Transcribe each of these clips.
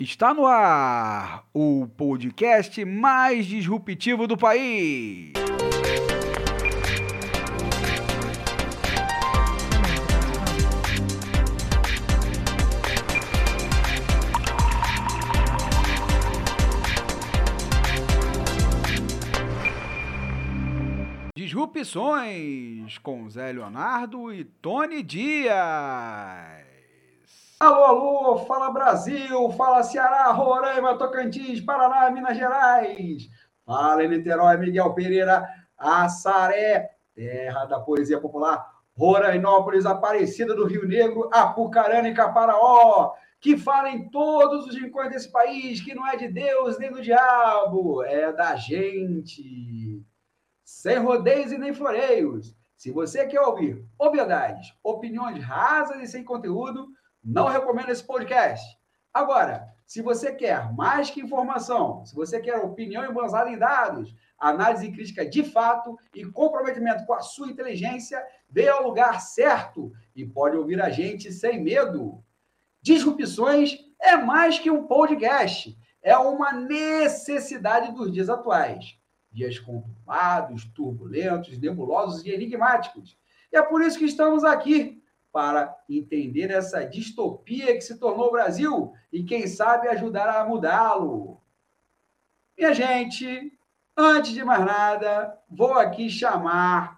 Está no ar o podcast mais disruptivo do país. Disrupções com Zé Leonardo e Tony Dias. Alô, alô, fala Brasil, fala Ceará, Roraima, Tocantins, Paraná, Minas Gerais. Fala Niterói, Miguel Pereira, Assaré, terra da poesia popular, Rorainópolis, Aparecida do Rio Negro, Apucarana e Caparaó. Que fala em todos os rincões desse país, que não é de Deus nem do diabo, é da gente. Sem rodeios e nem floreios. Se você quer ouvir obviedades, opiniões rasas e sem conteúdo, não recomendo esse podcast. Agora, se você quer mais que informação, se você quer opinião embasada em dados, análise crítica de fato e comprometimento com a sua inteligência, vê ao lugar certo e pode ouvir a gente sem medo. Disrupções é mais que um podcast, é uma necessidade dos dias atuais. Dias conturbados, turbulentos, nebulosos e enigmáticos. E é por isso que estamos aqui, para entender essa distopia que se tornou o Brasil e, quem sabe, ajudar a mudá-lo. Minha gente, antes de mais nada, vou aqui chamar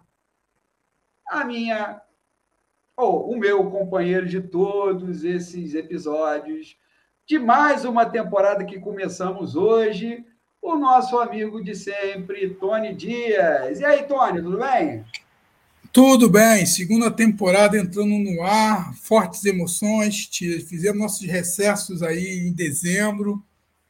o meu companheiro de todos esses episódios, de mais uma temporada que começamos hoje, o nosso amigo de sempre, Tony Dias. E aí, Tony, tudo bem? Tudo bem, segunda temporada entrando no ar, fortes emoções, fizemos nossos recessos aí em dezembro,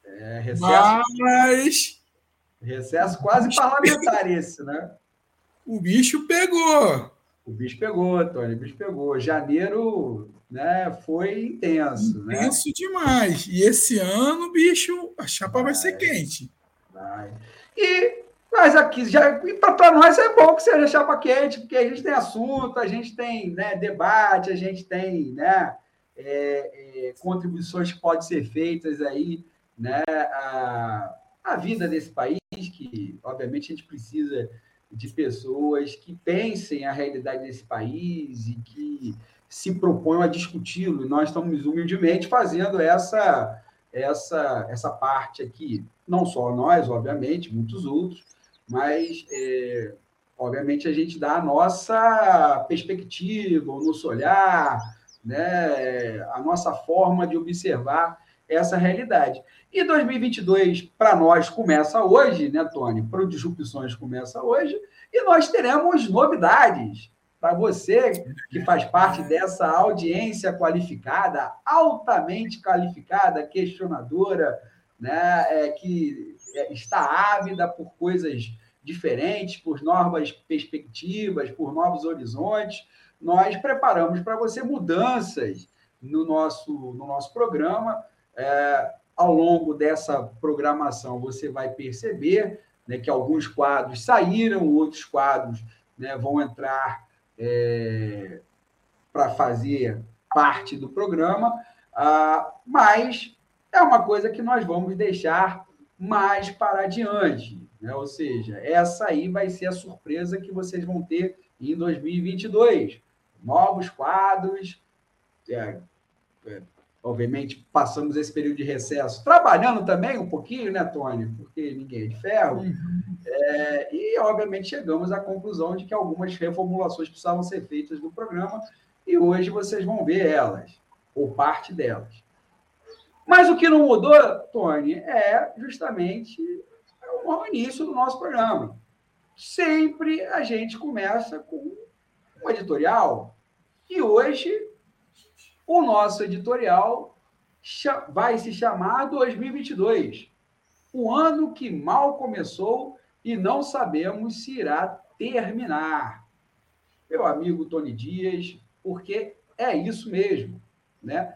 recesso quase parlamentar esse, né? O bicho pegou. O bicho pegou, Tony, o bicho pegou. Janeiro, né, foi intenso, Intenso, né? Demais. E esse ano, bicho, a chapa vai ser quente. Mas aqui, para nós é bom que seja chapa quente, porque a gente tem assunto, a gente tem, né, debate, a gente tem, né, contribuições que podem ser feitas aí, né, a vida desse país, que, obviamente, a gente precisa de pessoas que pensem a realidade desse país e que se proponham a discuti-lo. E nós estamos humildemente fazendo essa parte aqui. Não só nós, obviamente, muitos outros, mas, obviamente, a gente dá a nossa perspectiva, o nosso olhar, né, a nossa forma de observar essa realidade. E 2022, para nós, começa hoje, né, Tony? Para o Disrupções começa hoje, e nós teremos novidades para você que faz parte dessa audiência qualificada, altamente qualificada, questionadora, né, que está ávida por coisas diferentes, por novas perspectivas, por novos horizontes. Nós preparamos para você mudanças no nosso programa. Ao longo dessa programação, você vai perceber, né, que alguns quadros saíram, outros quadros, né, vão entrar para fazer parte do programa, mas é uma coisa que nós vamos deixar mais para adiante, né? Ou seja, essa aí vai ser a surpresa que vocês vão ter em 2022. Novos quadros, obviamente, passamos esse período de recesso trabalhando também um pouquinho, né, Tony? Porque ninguém é de ferro. E, obviamente, chegamos à conclusão de que algumas reformulações precisavam ser feitas no programa e hoje vocês vão ver elas, ou parte delas. Mas o que não mudou, Tony, é justamente o início do nosso programa. Sempre a gente começa com um editorial e hoje o nosso editorial vai se chamar 2022, o ano que mal começou e não sabemos se irá terminar. Meu amigo Tony Dias, porque é isso mesmo, né?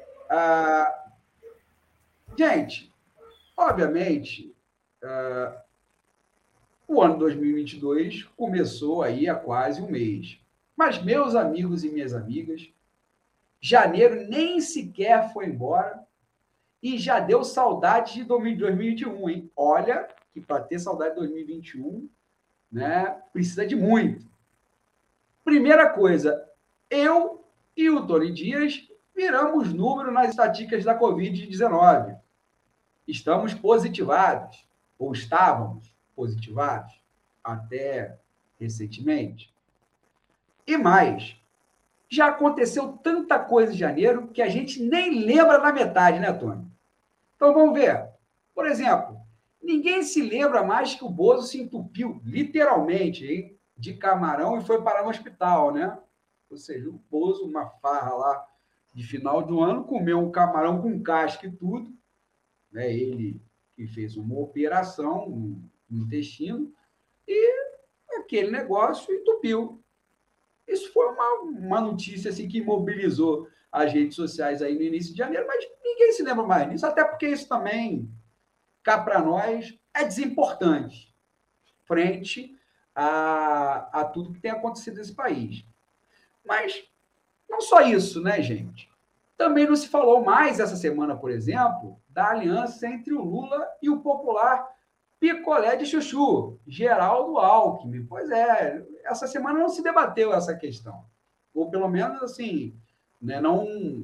Gente, obviamente, o ano 2022 começou aí há quase um mês. Mas, meus amigos e minhas amigas, janeiro nem sequer foi embora e já deu saudade de 2021, hein? Olha que para ter saudade de 2021, né, precisa de muito. Primeira coisa, eu e o Tony Dias viramos número nas estatísticas da Covid-19. Estamos positivados, ou estávamos positivados, até recentemente. E mais, já aconteceu tanta coisa em janeiro que a gente nem lembra da metade, né, Tony? Então vamos ver. Por exemplo, ninguém se lembra mais que o Bozo se entupiu, literalmente, hein, de camarão e foi parar no hospital, né? Ou seja, o Bozo, uma farra lá de final do ano, comeu um camarão com casca e tudo, né? Ele que fez uma operação no intestino e aquele negócio entupiu. Isso foi uma notícia assim, que mobilizou as redes sociais aí no início de janeiro, mas ninguém se lembra mais disso, até porque isso também, cá para nós, é desimportante frente a tudo que tem acontecido nesse país. Mas não só isso, né, gente? Também não se falou mais essa semana, por exemplo, da aliança entre o Lula e o popular picolé de chuchu, Geraldo Alckmin. Pois é, essa semana não se debateu essa questão. Ou pelo menos, assim, né, não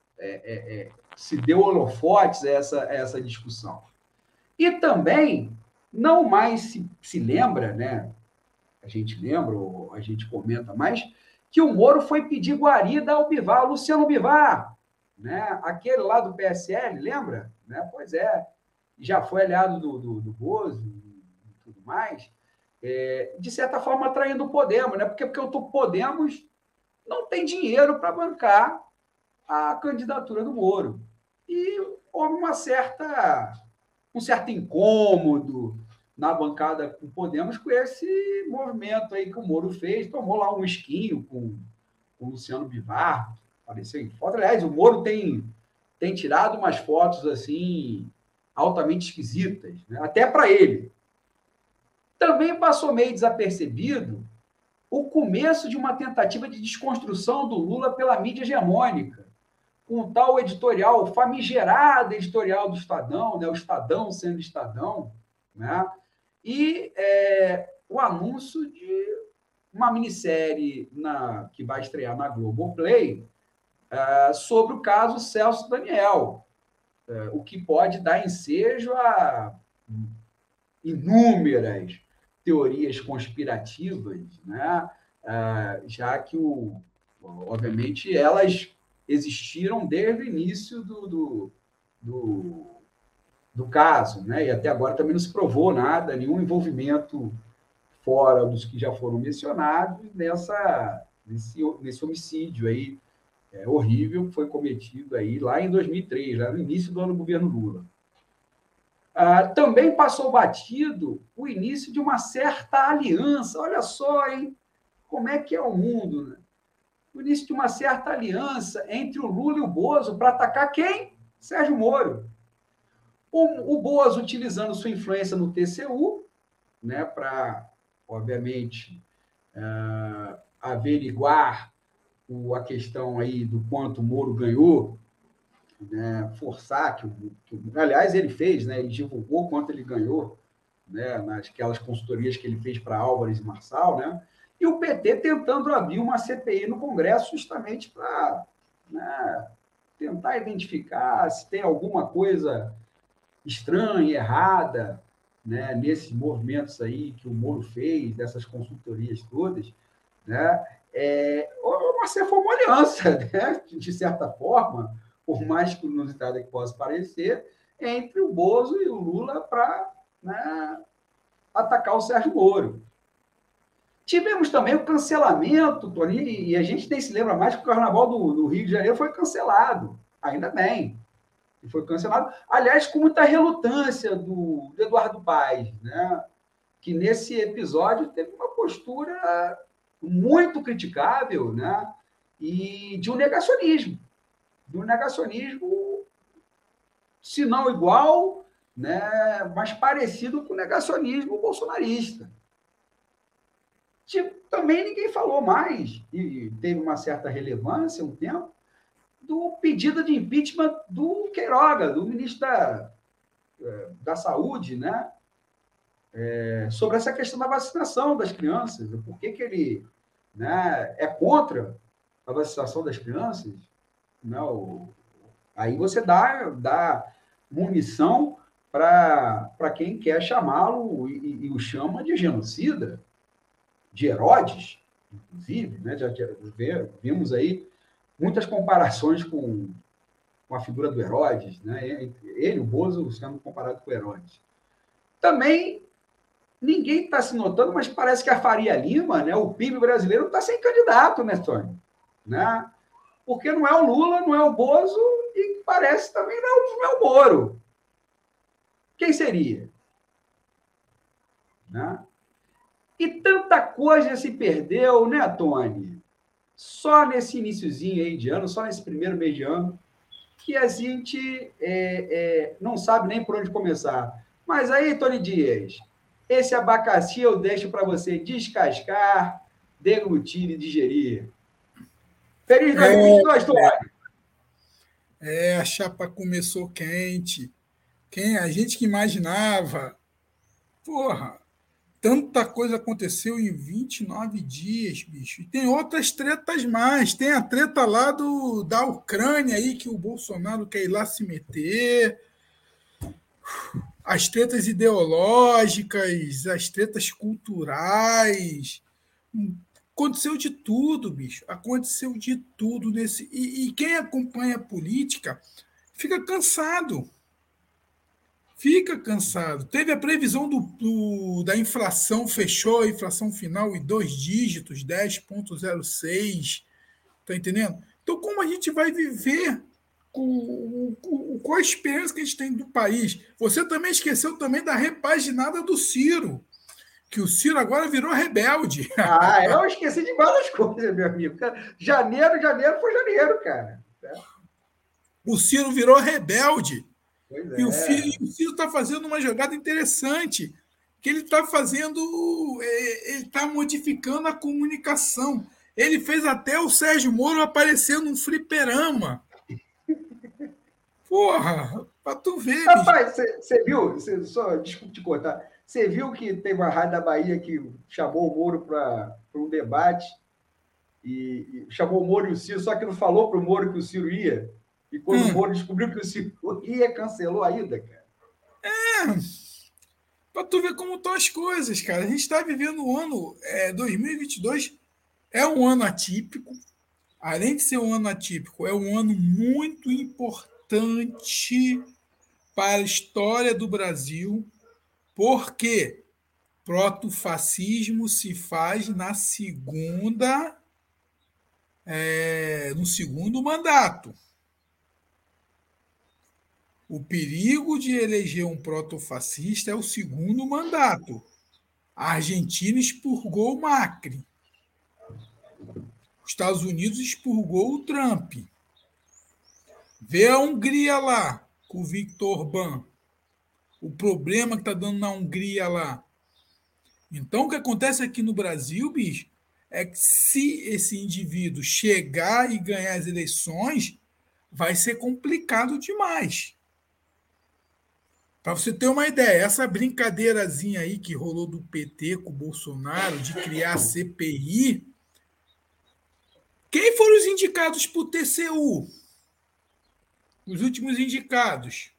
se deu holofotes a essa discussão. E também não mais se lembra, né? A gente lembra, ou a gente comenta mais, que o Moro foi pedir guarida ao Bivar, Luciano Bivar, né? Aquele lá do PSL, lembra? Né? Pois é, já foi aliado do Bozo e tudo mais, de certa forma atraindo o Podemos, né? Porque o Podemos não tem dinheiro para bancar a candidatura do Moro. E houve um certo incômodo na bancada com o Podemos com esse movimento aí que o Moro fez, tomou lá um esquinho com o Luciano Bivar, apareceu em foto. Aliás, o Moro tem tirado umas fotos assim altamente esquisitas, né? Até para ele. Também passou meio desapercebido o começo de uma tentativa de desconstrução do Lula pela mídia hegemônica, com o tal editorial, o famigerado editorial do Estadão, né? O Estadão sendo Estadão, né? E o anúncio de uma minissérie que vai estrear na Globoplay sobre o caso Celso Daniel, o que pode dar ensejo a inúmeras teorias conspirativas, né? Já que, obviamente, elas existiram desde o início do caso, né? E até agora também não se provou nada, nenhum envolvimento fora dos que já foram mencionados nesse homicídio aí horrível que foi cometido aí lá em 2003, lá no início do ano do governo Lula. Também passou batido o início de uma certa aliança. Olha só, hein? Como é que é o mundo, né? O início de uma certa aliança entre o Lula e o Bozo para atacar quem? Sérgio Moro. O Bozo utilizando sua influência no TCU, né, para, obviamente, averiguar a questão aí do quanto o Moro ganhou, né, forçar aliás, ele fez, né, ele divulgou quanto ele ganhou, né, naquelas consultorias que ele fez para Álvares e Marçal, né, e o PT tentando abrir uma CPI no Congresso justamente para, né, tentar identificar se tem alguma coisa estranha, errada, né, nesses movimentos aí que o Moro fez, dessas consultorias todas, né, foi uma aliança, né, de certa forma, por mais que inusitada que possa parecer, entre o Bozo e o Lula para, né, atacar o Sérgio Moro. Tivemos também o cancelamento, Tony, e a gente nem se lembra mais que o Carnaval do Rio de Janeiro foi cancelado, ainda bem, foi cancelado, aliás, com muita relutância do Eduardo Paes, né, que nesse episódio teve uma postura muito criticável, né, e de um negacionismo, se não igual, né, mas parecido com o negacionismo bolsonarista. Também ninguém falou mais, e teve uma certa relevância um tempo, do pedido de impeachment do Queiroga, do ministro da Saúde, né? Sobre essa questão da vacinação das crianças. Por que ele, né, é contra a vacinação das crianças? Não, aí você dá munição para quem quer chamá-lo e o chama de genocida, de Herodes, inclusive, né? Já vimos aí muitas comparações com a figura do Herodes, né? Ele, o Bozo, sendo comparado com o Herodes. Também ninguém está se notando, mas parece que a Faria Lima, né, o PIB brasileiro, está sem candidato, né, Tony? Né? Porque não é o Lula, não é o Bozo e parece também não é o Moro. Quem seria? Né? E tanta coisa se perdeu, né, Tony? Só nesse iniciozinho aí de ano, só nesse primeiro mês de ano, que a gente não sabe nem por onde começar. Mas aí, Tony Dias, esse abacaxi eu deixo para você descascar, deglutir e digerir. Feliz 2022, Tony! A chapa começou quente. A gente que imaginava, porra, tanta coisa aconteceu em 29 dias, bicho. E tem outras tretas mais. Tem a treta lá da Ucrânia aí, que o Bolsonaro quer ir lá se meter. As tretas ideológicas, as tretas culturais. Aconteceu de tudo, bicho. Aconteceu de tudo nesse. E quem acompanha a política fica cansado. Teve a previsão da inflação, fechou a inflação final em 2 dígitos, 10,06. Tá entendendo? Então, como a gente vai viver qual a esperança que a gente tem do país? Você também esqueceu também da repaginada do Ciro, que o Ciro agora virou rebelde. Eu esqueci de várias coisas, meu amigo. Janeiro foi janeiro, cara. O Ciro virou rebelde. Pois E o Ciro está fazendo uma jogada interessante, que ele está ele está modificando a comunicação. Ele fez até o Sérgio Moro aparecer num fliperama. Porra, para tu ver. Rapaz, você viu? Só desculpa te cortar. Você viu que teve uma rádio da Bahia que chamou o Moro para um debate e chamou o Moro e o Ciro, só que não falou para o Moro que o Ciro ia. E quando o Moro descobriu que o Ciro ia, cancelou a ida, cara. Para tu ver como estão as coisas, cara. A gente está vivendo um ano, 2022 é um ano atípico. Além de ser um ano atípico, é um ano muito importante para a história do Brasil, porque protofascismo se faz no segundo mandato. O perigo de eleger um protofascista é o segundo mandato. A Argentina expurgou o Macri. Os Estados Unidos expurgou o Trump. Vê a Hungria lá, com o Viktor Orbán. O problema que está dando na Hungria lá. Então, o que acontece aqui no Brasil, bicho, é que se esse indivíduo chegar e ganhar as eleições, vai ser complicado demais. Para você ter uma ideia, essa brincadeirazinha aí que rolou do PT com o Bolsonaro, de criar a CPI, quem foram os indicados para o TCU? Os últimos indicados.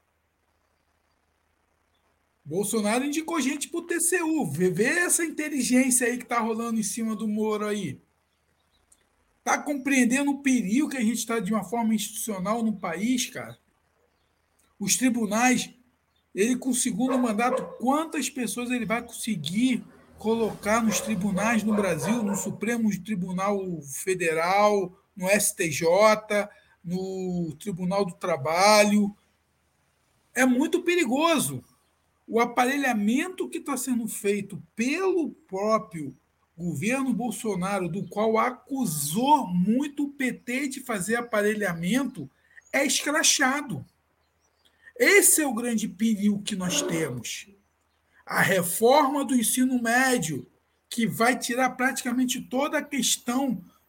Bolsonaro indicou gente para o TCU. Vê essa inteligência aí que está rolando em cima do Moro aí. Está compreendendo o perigo que a gente está de uma forma institucional no país, cara? Os tribunais, ele com o segundo mandato, quantas pessoas ele vai conseguir colocar nos tribunais no Brasil, no Supremo Tribunal Federal, no STJ, no Tribunal do Trabalho? É muito perigoso. O aparelhamento que está sendo feito pelo próprio governo Bolsonaro, do qual acusou muito o PT de fazer aparelhamento, é escrachado. Esse é o grande perigo que nós temos. A reforma do ensino médio, que vai tirar praticamente toda a questão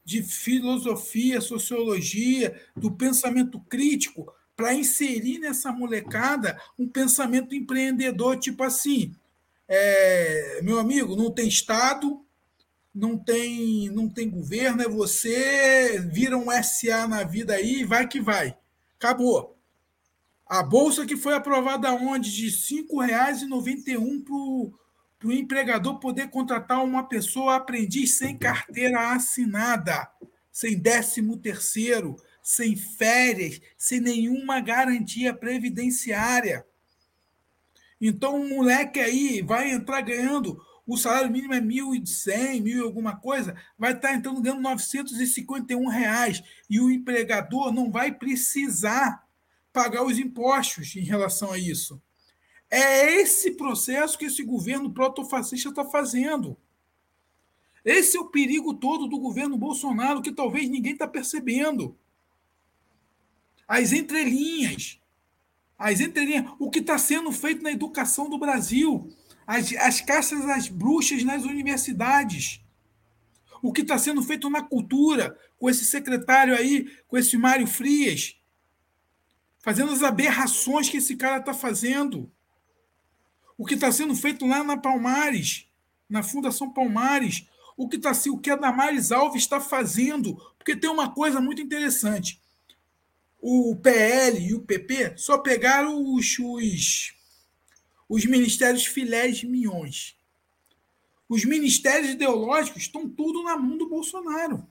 de filosofia, sociologia, do pensamento crítico, para inserir nessa molecada um pensamento empreendedor, tipo assim, meu amigo, não tem Estado, não tem governo, é você, vira um SA na vida aí, vai que vai. Acabou. A bolsa que foi aprovada onde? De R$ 5,91 para o empregador poder contratar uma pessoa aprendiz sem carteira assinada, sem 13º, sem férias, sem nenhuma garantia previdenciária. Então, um moleque aí vai entrar ganhando, o salário mínimo é 1.100, 1.000 e alguma coisa, vai estar entrando ganhando R$ 951, e o empregador não vai precisar pagar os impostos em relação a isso. É esse processo que esse governo protofascista está fazendo. Esse é o perigo todo do governo Bolsonaro, que talvez ninguém está percebendo. As entrelinhas, o que está sendo feito na educação do Brasil, as caças às bruxas nas universidades, o que está sendo feito na cultura, com esse secretário aí, com esse Mário Frias, fazendo as aberrações que esse cara está fazendo. O que está sendo feito lá na Palmares, na Fundação Palmares, o que a Damares Alves está fazendo, porque tem uma coisa muito interessante. O PL e o PP só pegaram os ministérios filés mignons. Os ministérios ideológicos estão tudo na mão do Bolsonaro.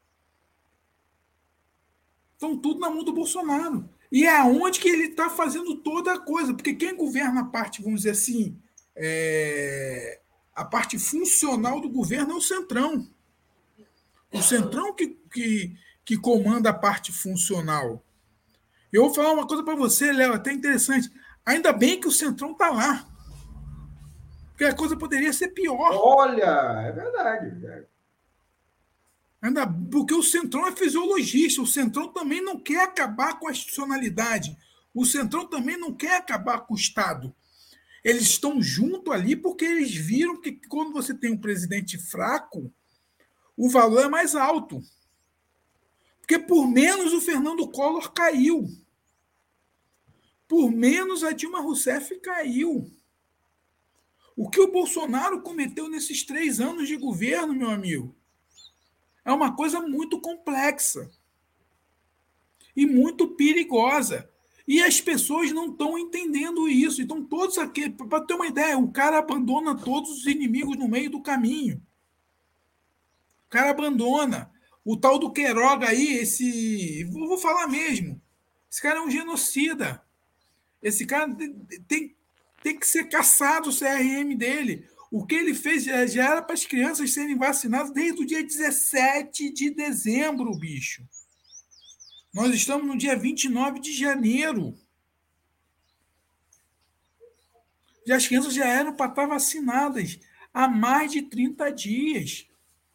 Estão tudo na mão do Bolsonaro. E é aonde que ele está fazendo toda a coisa. Porque quem governa a parte, vamos dizer assim, a parte funcional do governo é o Centrão. O Centrão que comanda a parte funcional. Eu vou falar uma coisa para você, Léo, até interessante. Ainda bem que o Centrão está lá. Porque a coisa poderia ser pior. Olha, é verdade. Porque o Centrão é fisiologista. O Centrão também não quer acabar com a institucionalidade. O Centrão também não quer acabar com o Estado. Eles estão junto ali porque eles viram que quando você tem um presidente fraco, o valor é mais alto. Porque por menos o Fernando Collor caiu. Por menos a Dilma Rousseff caiu. O que o Bolsonaro cometeu nesses 3 anos de governo, meu amigo, é uma coisa muito complexa e muito perigosa. E as pessoas não estão entendendo isso. Então, todos aqui, para ter uma ideia, o cara abandona todos os inimigos no meio do caminho. O cara abandona. O tal do Queiroga aí, vou falar mesmo, esse cara é um genocida. Esse cara tem que ser caçado o CRM dele. O que ele fez já era para as crianças serem vacinadas desde o dia 17 de dezembro, bicho. Nós estamos no dia 29 de janeiro. E as crianças já eram para estar vacinadas há mais de 30 dias.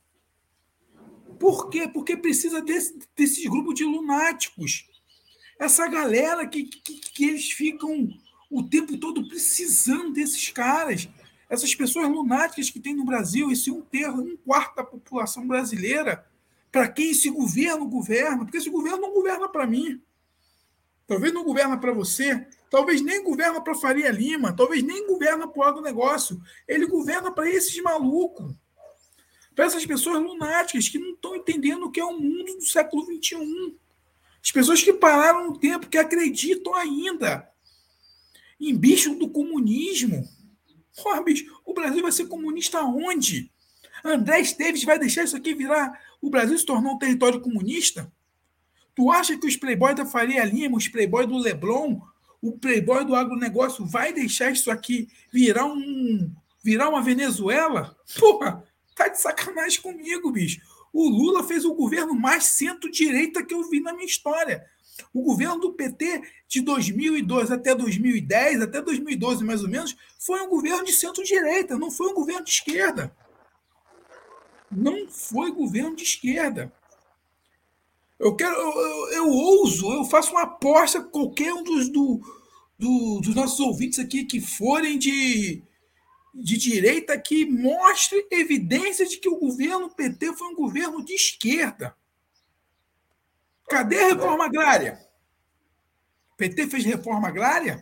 Por quê? Porque precisa desses grupos de lunáticos. Essa galera que eles ficam o tempo todo precisando desses caras. Essas pessoas lunáticas que tem no Brasil, esse 1/4 da população brasileira, para quem esse governo governa, porque esse governo não governa para mim. Talvez não governa para você, talvez nem governa para Faria Lima, talvez nem governa para o agronegócio. Ele governa para esses malucos, para essas pessoas lunáticas que não estão entendendo o que é o mundo do século XXI. As pessoas que pararam no tempo, que acreditam ainda em bicho do comunismo. Porra, bicho, o Brasil vai ser comunista aonde? André Esteves vai deixar isso aqui virar... O Brasil se tornou um território comunista? Tu acha que os playboys da Faria Lima, os playboys do Leblon, o playboy do agronegócio vai deixar isso aqui virar uma Venezuela? Porra, tá de sacanagem comigo, bicho. O Lula fez o governo mais centro-direita que eu vi na minha história. O governo do PT de 2002 até 2010, até 2012 mais ou menos, foi um governo de centro-direita, não foi um governo de esquerda. Não foi governo de esquerda. Eu ouso, eu faço uma aposta com qualquer um dos nossos ouvintes aqui que forem de de direita que mostre evidências de que o governo PT foi um governo de esquerda. Cadê a reforma agrária? O PT fez reforma agrária?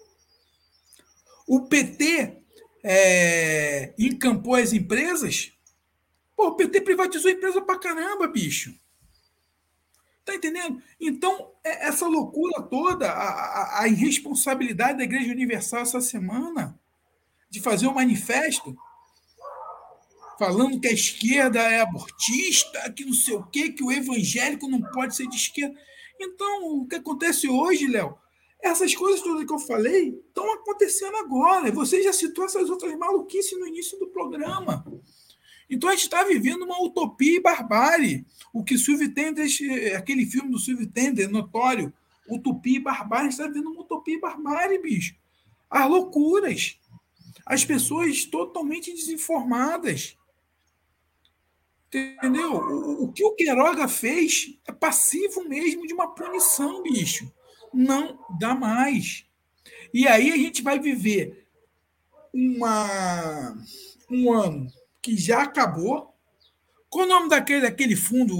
O PT encampou as empresas? Pô, o PT privatizou a empresa pra caramba, bicho. Tá entendendo? Então, essa loucura toda, a irresponsabilidade da Igreja Universal essa semana de fazer um manifesto falando que a esquerda é abortista, que não sei o quê, que o evangélico não pode ser de esquerda. Então, o que acontece hoje, Léo, essas coisas todas que eu falei estão acontecendo agora. Você já citou essas outras maluquices no início do programa. Então, a gente está vivendo uma utopia e barbárie. O que Silvio Tender, aquele filme do Silvio Tender, notório, Utopia e Barbárie, a gente está vivendo uma utopia e barbárie, bicho. As loucuras. As pessoas totalmente desinformadas. Entendeu? O que o Queiroga fez é passivo mesmo de uma punição, bicho. Não dá mais. E aí a gente vai viver um ano que já acabou. Qual o nome daquele fundo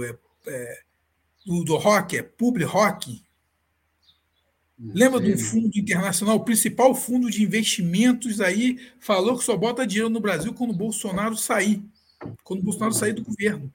do rock? Public Rock? Lembra de um fundo internacional? O principal fundo de investimentos aí falou que só bota dinheiro no Brasil quando o Bolsonaro sair. Quando o Bolsonaro sair do governo.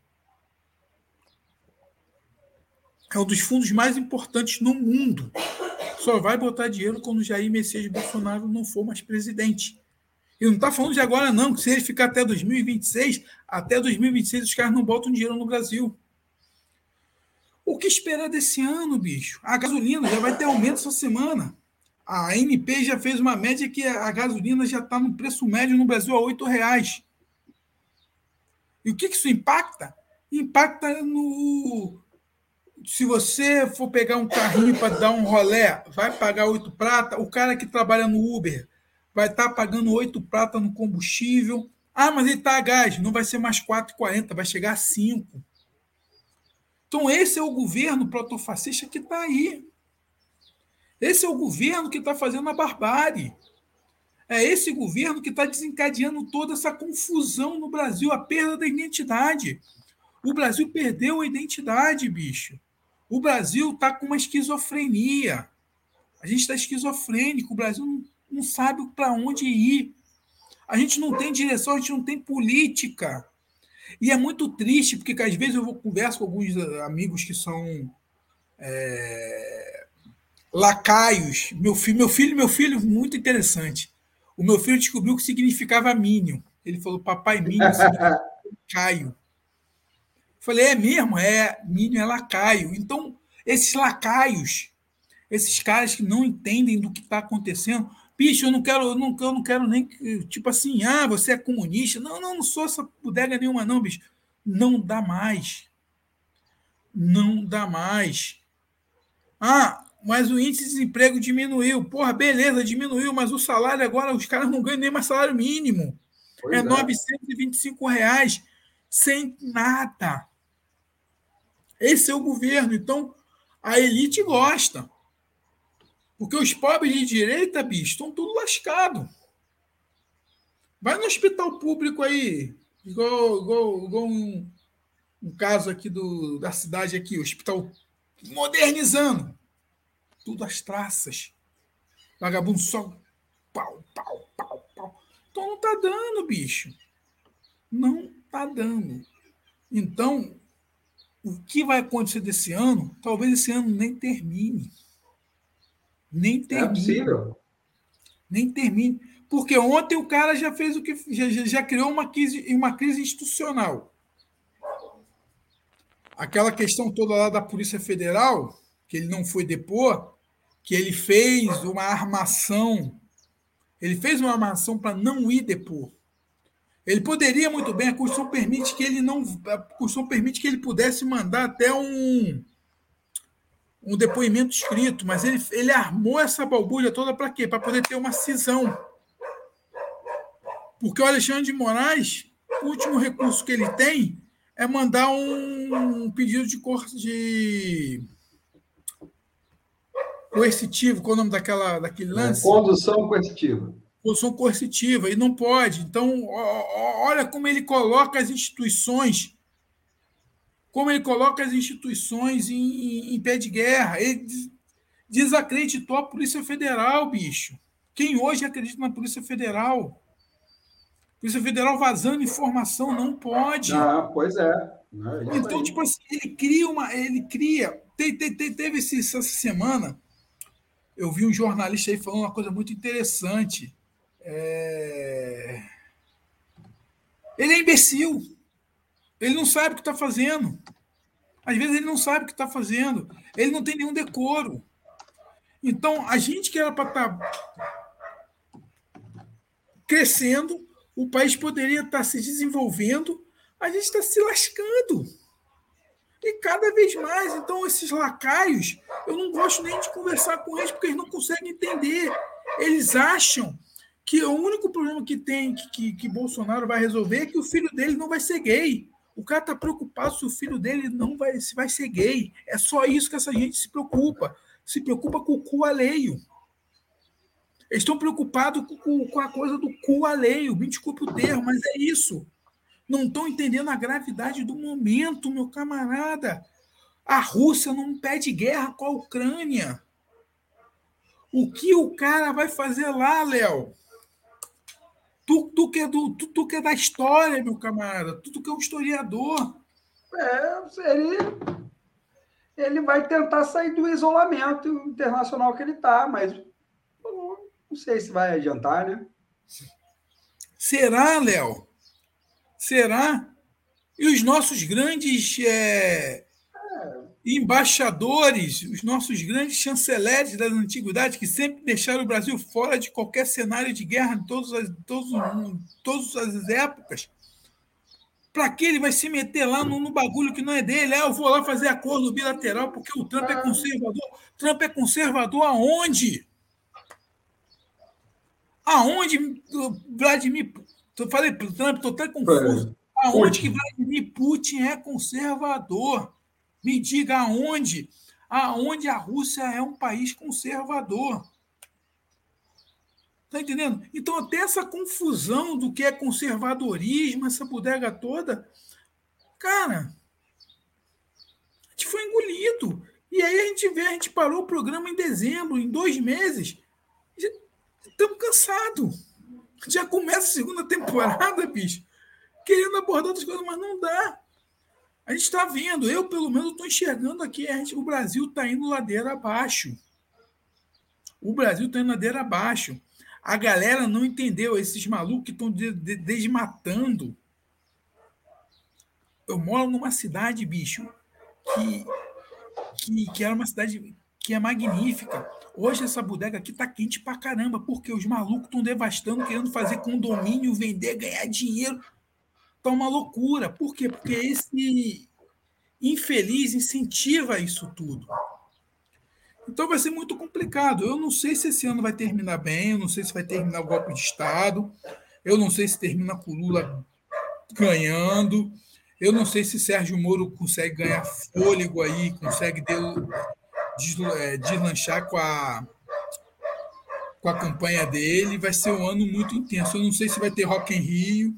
É um dos fundos mais importantes no mundo. Só vai botar dinheiro quando o Jair Messias Bolsonaro não for mais presidente. E não está falando de agora, não, que se ele ficar até 2026, até 2026 os caras não botam dinheiro no Brasil. O que esperar desse ano, bicho? A gasolina já vai ter aumento essa semana. A ANP já fez uma média que a gasolina já está no preço médio no Brasil a R$8. E o que isso impacta? Impacta no... Se você for pegar um carrinho para dar um rolé, vai pagar 8 prata. O cara que trabalha no Uber vai estar pagando 8 prata no combustível. Ah, mas ele está a gás. Não vai ser mais 4,40, vai chegar a 5. Então esse é o governo protofascista que está aí. Esse é o governo que está fazendo a barbárie. É esse governo que está desencadeando toda essa confusão no Brasil, a perda da identidade. O Brasil perdeu a identidade, bicho. O Brasil está com uma esquizofrenia. A gente está esquizofrênico. O Brasil não sabe para onde ir. A gente não tem direção, a gente não tem política. E é muito triste, porque às vezes eu converso com alguns amigos que são lacaios. Meu filho, muito interessante. O meu filho descobriu o que significava Minion. Ele falou, papai, Minion significa lacaio. Falei, é mesmo? Minion é lacaio. Então, esses lacaios, esses caras que não entendem do que está acontecendo, bicho, eu não quero nem, tipo assim, você é comunista. Não sou essa bodega nenhuma, não, bicho. Não dá mais. Não dá mais. Mas o índice de desemprego diminuiu. Porra, beleza, diminuiu, mas o salário agora, os caras não ganham nem mais salário mínimo. É R$925 sem nada. Esse é o governo. Então, a elite gosta. Porque os pobres de direita, bicho, estão tudo lascado. Vai no hospital público aí, igual um caso aqui da cidade aqui, o hospital modernizando. Tudo às traças. Vagabundo só pau. Então não tá dando, bicho. Não tá dando. Então, o que vai acontecer desse ano, talvez esse ano nem termine. Nem termine. É possível. Nem termine. Porque ontem o cara já fez o que. Já criou uma crise institucional. Aquela questão toda lá da Polícia Federal, que ele não foi depor, que ele fez uma armação. Ele fez uma armação para não ir depor. Ele poderia muito bem, a Constituição permite que ele não. A Constituição permite que ele pudesse mandar até um depoimento escrito, mas ele armou essa balbúrdia toda para quê? Para poder ter uma cisão. Porque o Alexandre de Moraes, o último recurso que ele tem é mandar um pedido de coercitivo. Qual é o nome daquele lance? Condução coercitiva. posição coercitiva, e não pode. Então, olha como ele coloca as instituições, em pé de guerra. Ele desacreditou a Polícia Federal, bicho. Quem hoje acredita na Polícia Federal? Polícia Federal vazando informação não pode. Pois é. Então, tipo assim, ele cria. Teve essa semana, eu vi um jornalista aí falando uma coisa muito interessante. Ele é imbecil. Ele não sabe o que está fazendo. Às vezes ele não sabe o que está fazendo. Ele não tem nenhum decoro. Então, a gente que era para estar crescendo, o país poderia estar se desenvolvendo, a gente está se lascando. E cada vez mais. Então, esses lacaios, eu não gosto nem de conversar com eles, porque eles não conseguem entender. Eles acham que o único problema que tem, que Bolsonaro vai resolver, é que o filho dele não vai ser gay. O cara está preocupado se o filho dele não vai ser gay. É só isso que essa gente se preocupa. Se preocupa com o cu alheio. Eles estão preocupados com a coisa do cu alheio. Me desculpe o termo, mas é isso. Não estão entendendo a gravidade do momento, meu camarada. A Rússia não pede guerra com a Ucrânia. O que o cara vai fazer lá, Léo? Tu que é da história, meu camarada. Tu que é um historiador. Ele vai tentar sair do isolamento internacional que ele está, mas não sei se vai adiantar, né? Será, Léo? Será? E os nossos grandes embaixadores, os nossos grandes chanceleres das antiguidades, que sempre deixaram o Brasil fora de qualquer cenário de guerra em todas as épocas, para que ele vai se meter lá no bagulho que não é dele? Eu vou lá fazer acordo bilateral porque o Trump é conservador. Trump é conservador aonde? Aonde Vladimir... Eu falei Trump, estou até confuso. Aonde que Vladimir Putin é conservador? Me diga aonde. Aonde a Rússia é um país conservador. Está entendendo? Então, até essa confusão do que é conservadorismo, essa bodega toda, cara, a gente foi engolido. E aí a gente parou o programa em dezembro, em 2 meses. Estamos cansados. Já começa a segunda temporada, bicho, querendo abordar outras coisas, mas não dá. A gente está vendo, eu pelo menos estou enxergando aqui, o Brasil está indo ladeira abaixo. O Brasil está indo ladeira abaixo. A galera não entendeu, esses malucos que estão desmatando. Eu moro numa cidade, bicho, que era uma cidade que é magnífica. Hoje essa bodega aqui tá quente pra caramba, porque os malucos estão devastando, querendo fazer condomínio, vender, ganhar dinheiro. Tá uma loucura. Por quê? Porque esse infeliz incentiva isso tudo. Então vai ser muito complicado. Eu não sei se esse ano vai terminar bem, eu não sei se vai terminar o golpe de Estado, eu não sei se termina com o Lula ganhando, eu não sei se Sérgio Moro consegue ganhar fôlego aí, consegue deslanchar com a campanha dele. Vai ser um ano muito intenso. Eu não sei se vai ter Rock in Rio.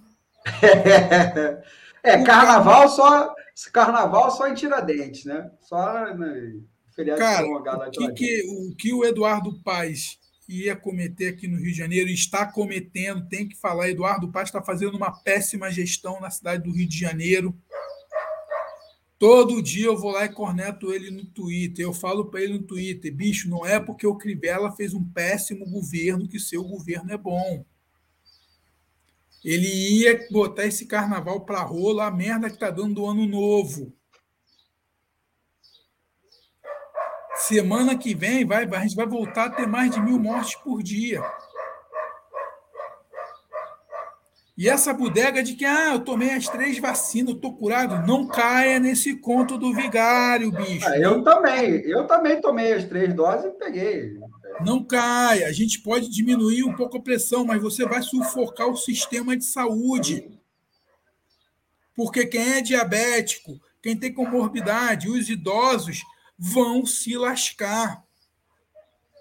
Carnaval só em Tiradentes, né? Só feriado. Cara, o que o Eduardo Paes ia cometer aqui no Rio de Janeiro, está cometendo, tem que falar. Eduardo Paes está fazendo uma péssima gestão na cidade do Rio de Janeiro. Todo dia eu vou lá e corneto ele no Twitter. Eu falo para ele no Twitter, bicho, não é porque o Crivella fez um péssimo governo que seu governo é bom. Ele ia botar esse carnaval para rola, a merda que tá dando do ano novo. Semana que vem a gente vai voltar a ter mais de 1.000 mortes por dia. E essa bodega de que eu tomei as 3 vacinas, eu tô curado, não caia nesse conto do vigário, bicho. Eu também tomei as 3 doses e peguei. Não caia. A gente pode diminuir um pouco a pressão, mas você vai sufocar o sistema de saúde. Porque quem é diabético, quem tem comorbidade, os idosos vão se lascar.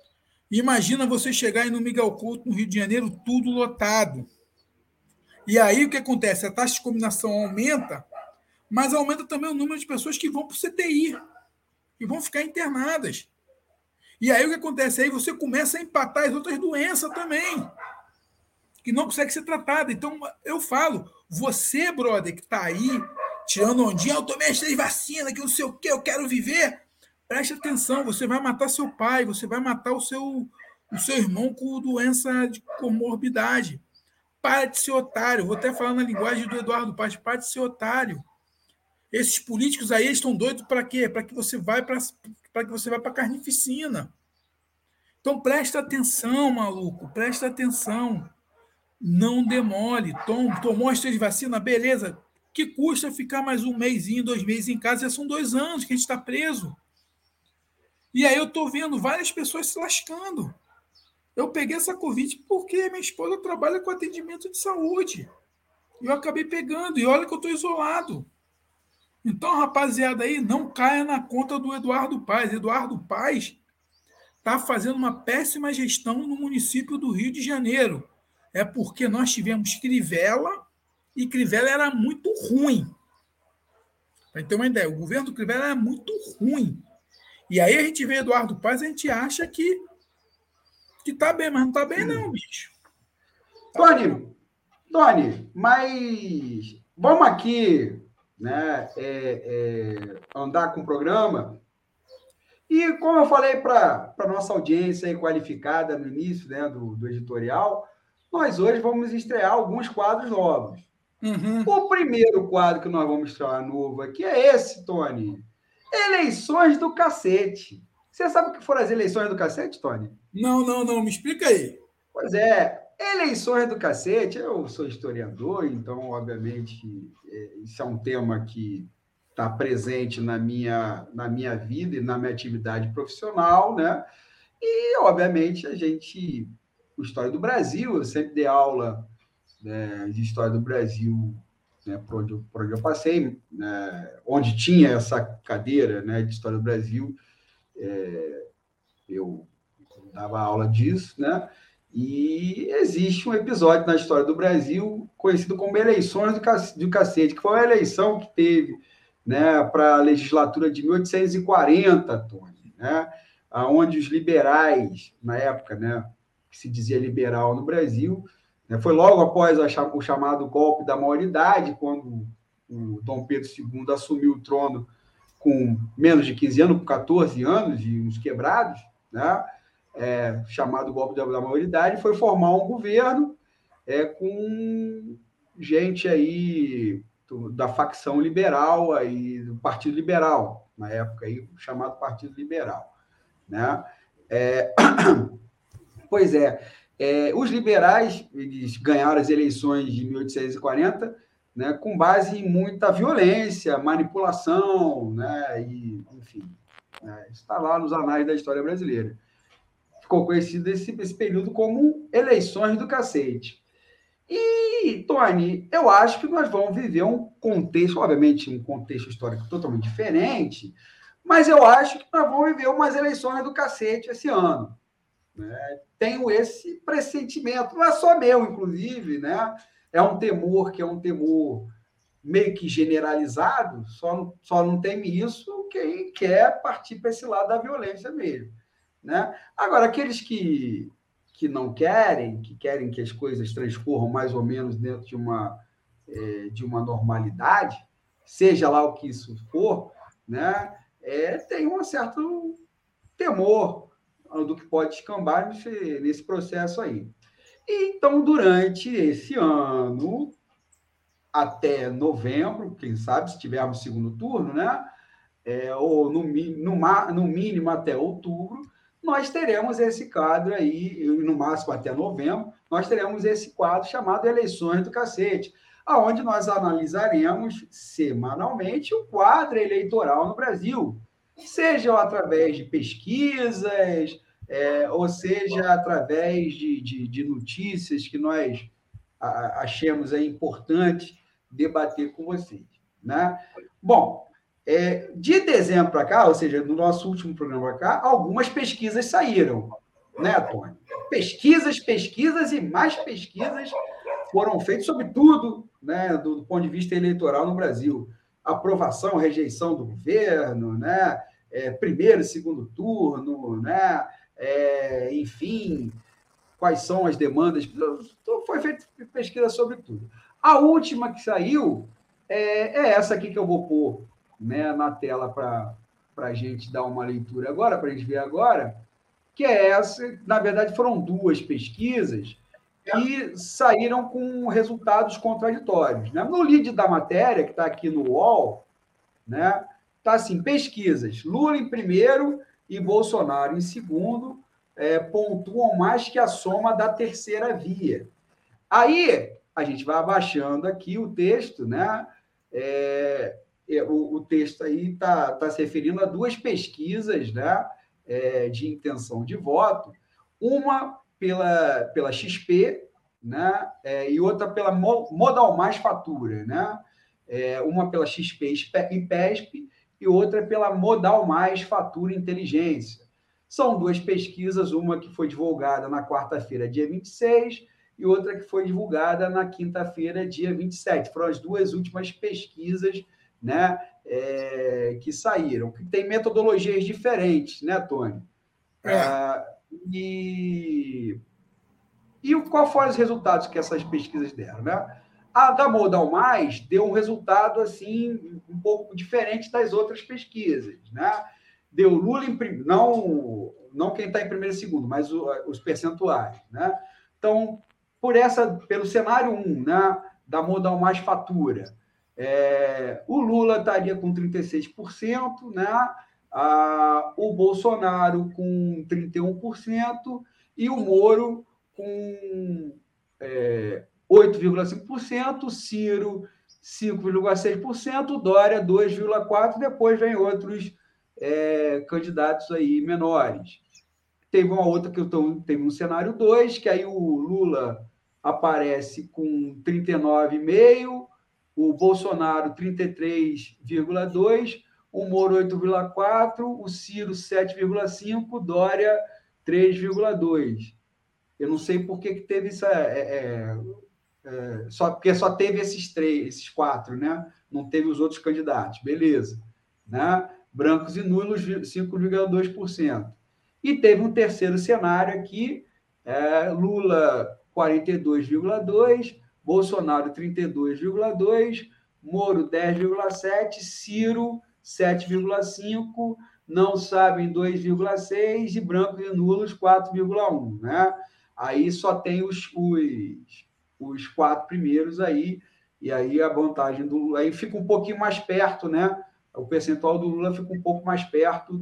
Imagina você chegar aí no Miguel Couto, no Rio de Janeiro, tudo lotado. E aí o que acontece? A taxa de combinação aumenta, mas aumenta também o número de pessoas que vão para o CTI, que vão ficar internadas. E aí o que acontece? Aí você começa a empatar as outras doenças também, que não consegue ser tratada. Então, eu falo, você, brother, que está aí, tirando ondinha, eu tomei as 3 vacinas, que não sei o quê, eu quero viver. Preste atenção, você vai matar seu pai, você vai matar o seu irmão com doença de comorbidade. Para de ser otário. Vou até falar na linguagem do Eduardo Paz, para de ser otário. Esses políticos aí estão doidos para quê? Para que você vá para a carnificina. Então presta atenção, maluco, presta atenção. Não demole. Tomou as 3 vacinas, beleza. Que custa ficar mais 1 mêsinho, 2 meses em casa? Já são 2 anos que a gente está preso. E aí eu estou vendo várias pessoas se lascando. Eu peguei essa Covid porque minha esposa trabalha com atendimento de saúde. Eu acabei pegando, e olha que eu estou isolado. Então, rapaziada aí, não caia na conta do Eduardo Paz. Eduardo Paz está fazendo uma péssima gestão no município do Rio de Janeiro. É porque nós tivemos Crivella, e Crivella era muito ruim. Para ter uma ideia, o governo do Crivella era muito ruim. E aí a gente vê Eduardo Paz, a gente acha que tá bem, mas não tá bem não, bicho. Tony, mas vamos aqui, né, andar com o programa. E como eu falei para a nossa audiência aí qualificada no início, né, do editorial, nós hoje vamos estrear alguns quadros novos. Uhum. O primeiro quadro que nós vamos estrear novo aqui é esse, Tony. Eleições do cacete. Você sabe o que foram as eleições do cacete, Tony? Não, me explica aí. Pois é, eleições do cacete, eu sou historiador, então, obviamente, isso é um tema que está presente na minha vida e na minha atividade profissional, né? E, obviamente, a história do Brasil, eu sempre dei aula, né, de história do Brasil, né, por onde eu passei, né, onde tinha essa cadeira, né, de história do Brasil, eu dava aula disso, né? E existe um episódio na história do Brasil conhecido como eleições do cacete, que foi uma eleição que teve, né, para a legislatura de 1840, Tony, né, onde os liberais, na época, né, que se dizia liberal no Brasil, né, foi logo após o chamado golpe da maioridade, quando o Dom Pedro II assumiu o trono com menos de 15 anos, com 14 anos e uns quebrados, né, chamado golpe da maioridade, foi formar um governo com gente aí da facção liberal, aí, do Partido Liberal, na época, aí, chamado Partido Liberal. Né? Pois os liberais eles ganharam as eleições de 1840, né, com base em muita violência, manipulação, né, e, enfim, né, está lá nos anais da história brasileira. Ficou conhecido esse período como eleições do cacete. E, Tony, eu acho que nós vamos viver um contexto, obviamente, um contexto histórico totalmente diferente, mas eu acho que nós vamos viver umas eleições do cacete esse ano. Né? Tenho esse pressentimento, não é só meu, inclusive, né? É um temor meio que generalizado, só não teme isso quem quer partir para esse lado da violência mesmo. Né? Agora, aqueles que não querem, que querem que as coisas transcorram mais ou menos dentro de uma normalidade, seja lá o que isso for, né? Tem um certo temor do que pode escambar nesse processo aí. Então, durante esse ano, até novembro, quem sabe, se tivermos segundo turno, né? Ou no mínimo até outubro, nós teremos esse quadro aí, no máximo até novembro, nós teremos esse quadro chamado Eleições do Cacete, onde nós analisaremos semanalmente o quadro eleitoral no Brasil, seja através de pesquisas, ou seja através de notícias que nós achemos aí importante debater com vocês. Né? Bom, de dezembro para cá, ou seja, no nosso último programa para cá, algumas pesquisas saíram. né, Tony? Pesquisas e mais pesquisas foram feitas sobre tudo, né, do ponto de vista eleitoral no Brasil. Aprovação, rejeição do governo, né, primeiro e segundo turno, né, enfim, quais são as demandas. Então, foi feita pesquisa sobre tudo. A última que saiu é essa aqui que eu vou pôr, né, na tela para a gente dar uma leitura agora, para a gente ver agora, que é essa. Na verdade, foram duas pesquisas que saíram com resultados contraditórios. Né? No lead da matéria, que está aqui no UOL, né, está assim, pesquisas, Lula em primeiro e Bolsonaro em segundo, pontuam mais que a soma da terceira via. Aí, a gente vai abaixando aqui o texto, né? O texto aí está se referindo a duas pesquisas, né, de intenção de voto, uma pela XP, né, e outra pela Modal Mais Fatura, né? Uma pela XP e PESP e outra pela Modal Mais Fatura Inteligência. São duas pesquisas, uma que foi divulgada na quarta-feira, dia 26, e outra que foi divulgada na quinta-feira, dia 27. Foram as duas últimas pesquisas, né, que saíram, que tem metodologias diferentes, né, Tony? E qual foram os resultados que essas pesquisas deram, né? A da Modal Mais deu um resultado assim um pouco diferente das outras pesquisas, né? Deu Lula em primeiro, não quem está em primeiro e segundo, mas os percentuais, né? Então, pelo cenário 1, né, da Modal Mais Fatura, o Lula estaria com 36%, né? O Bolsonaro com 31% e o Moro com 8,5%, Ciro 5,6%, Dória 2,4%, depois vem outros candidatos aí menores. Teve uma outra que teve um cenário 2, que aí o Lula aparece com 39,5%, o Bolsonaro 33,2%, o Moro 8,4%, o Ciro 7,5%, Dória 3,2%. Eu não sei por que teve isso, porque só teve esses quatro, né? Não teve os outros candidatos, beleza. Né? Brancos e nulos, 5,2%. E teve um terceiro cenário aqui, Lula 42,2%, Bolsonaro 32,2%, Moro 10,7%, Ciro 7,5%, não sabem 2,6% e brancos e nulos 4,1%. Né? Aí só tem os quatro primeiros aí, e aí a vantagem do Lula aí fica um pouquinho mais perto, né? O percentual do Lula fica um pouco mais perto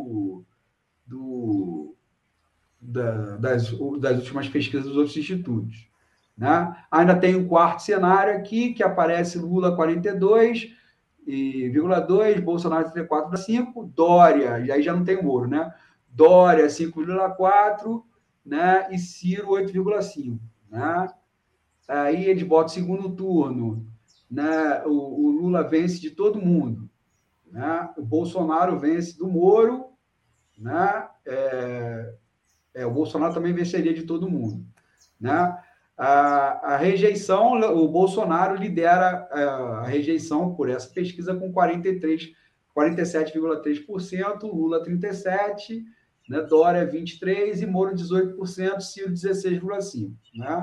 das últimas pesquisas dos outros institutos. Né? Ainda tem um quarto cenário aqui, que aparece Lula 42,2%, Bolsonaro 34,5%, Dória, e aí já não tem o Moro, né? Dória 5,4%, né? E Ciro 8,5%. Né? Aí eles botam segundo turno, né? O Lula vence de todo mundo, né? O Bolsonaro vence do Moro, né? O Bolsonaro também venceria de todo mundo, né? A rejeição, o Bolsonaro lidera a rejeição por essa pesquisa com 47,3%, Lula 37%, né? Dória 23% e Moro 18%, Ciro 16,5%. Né?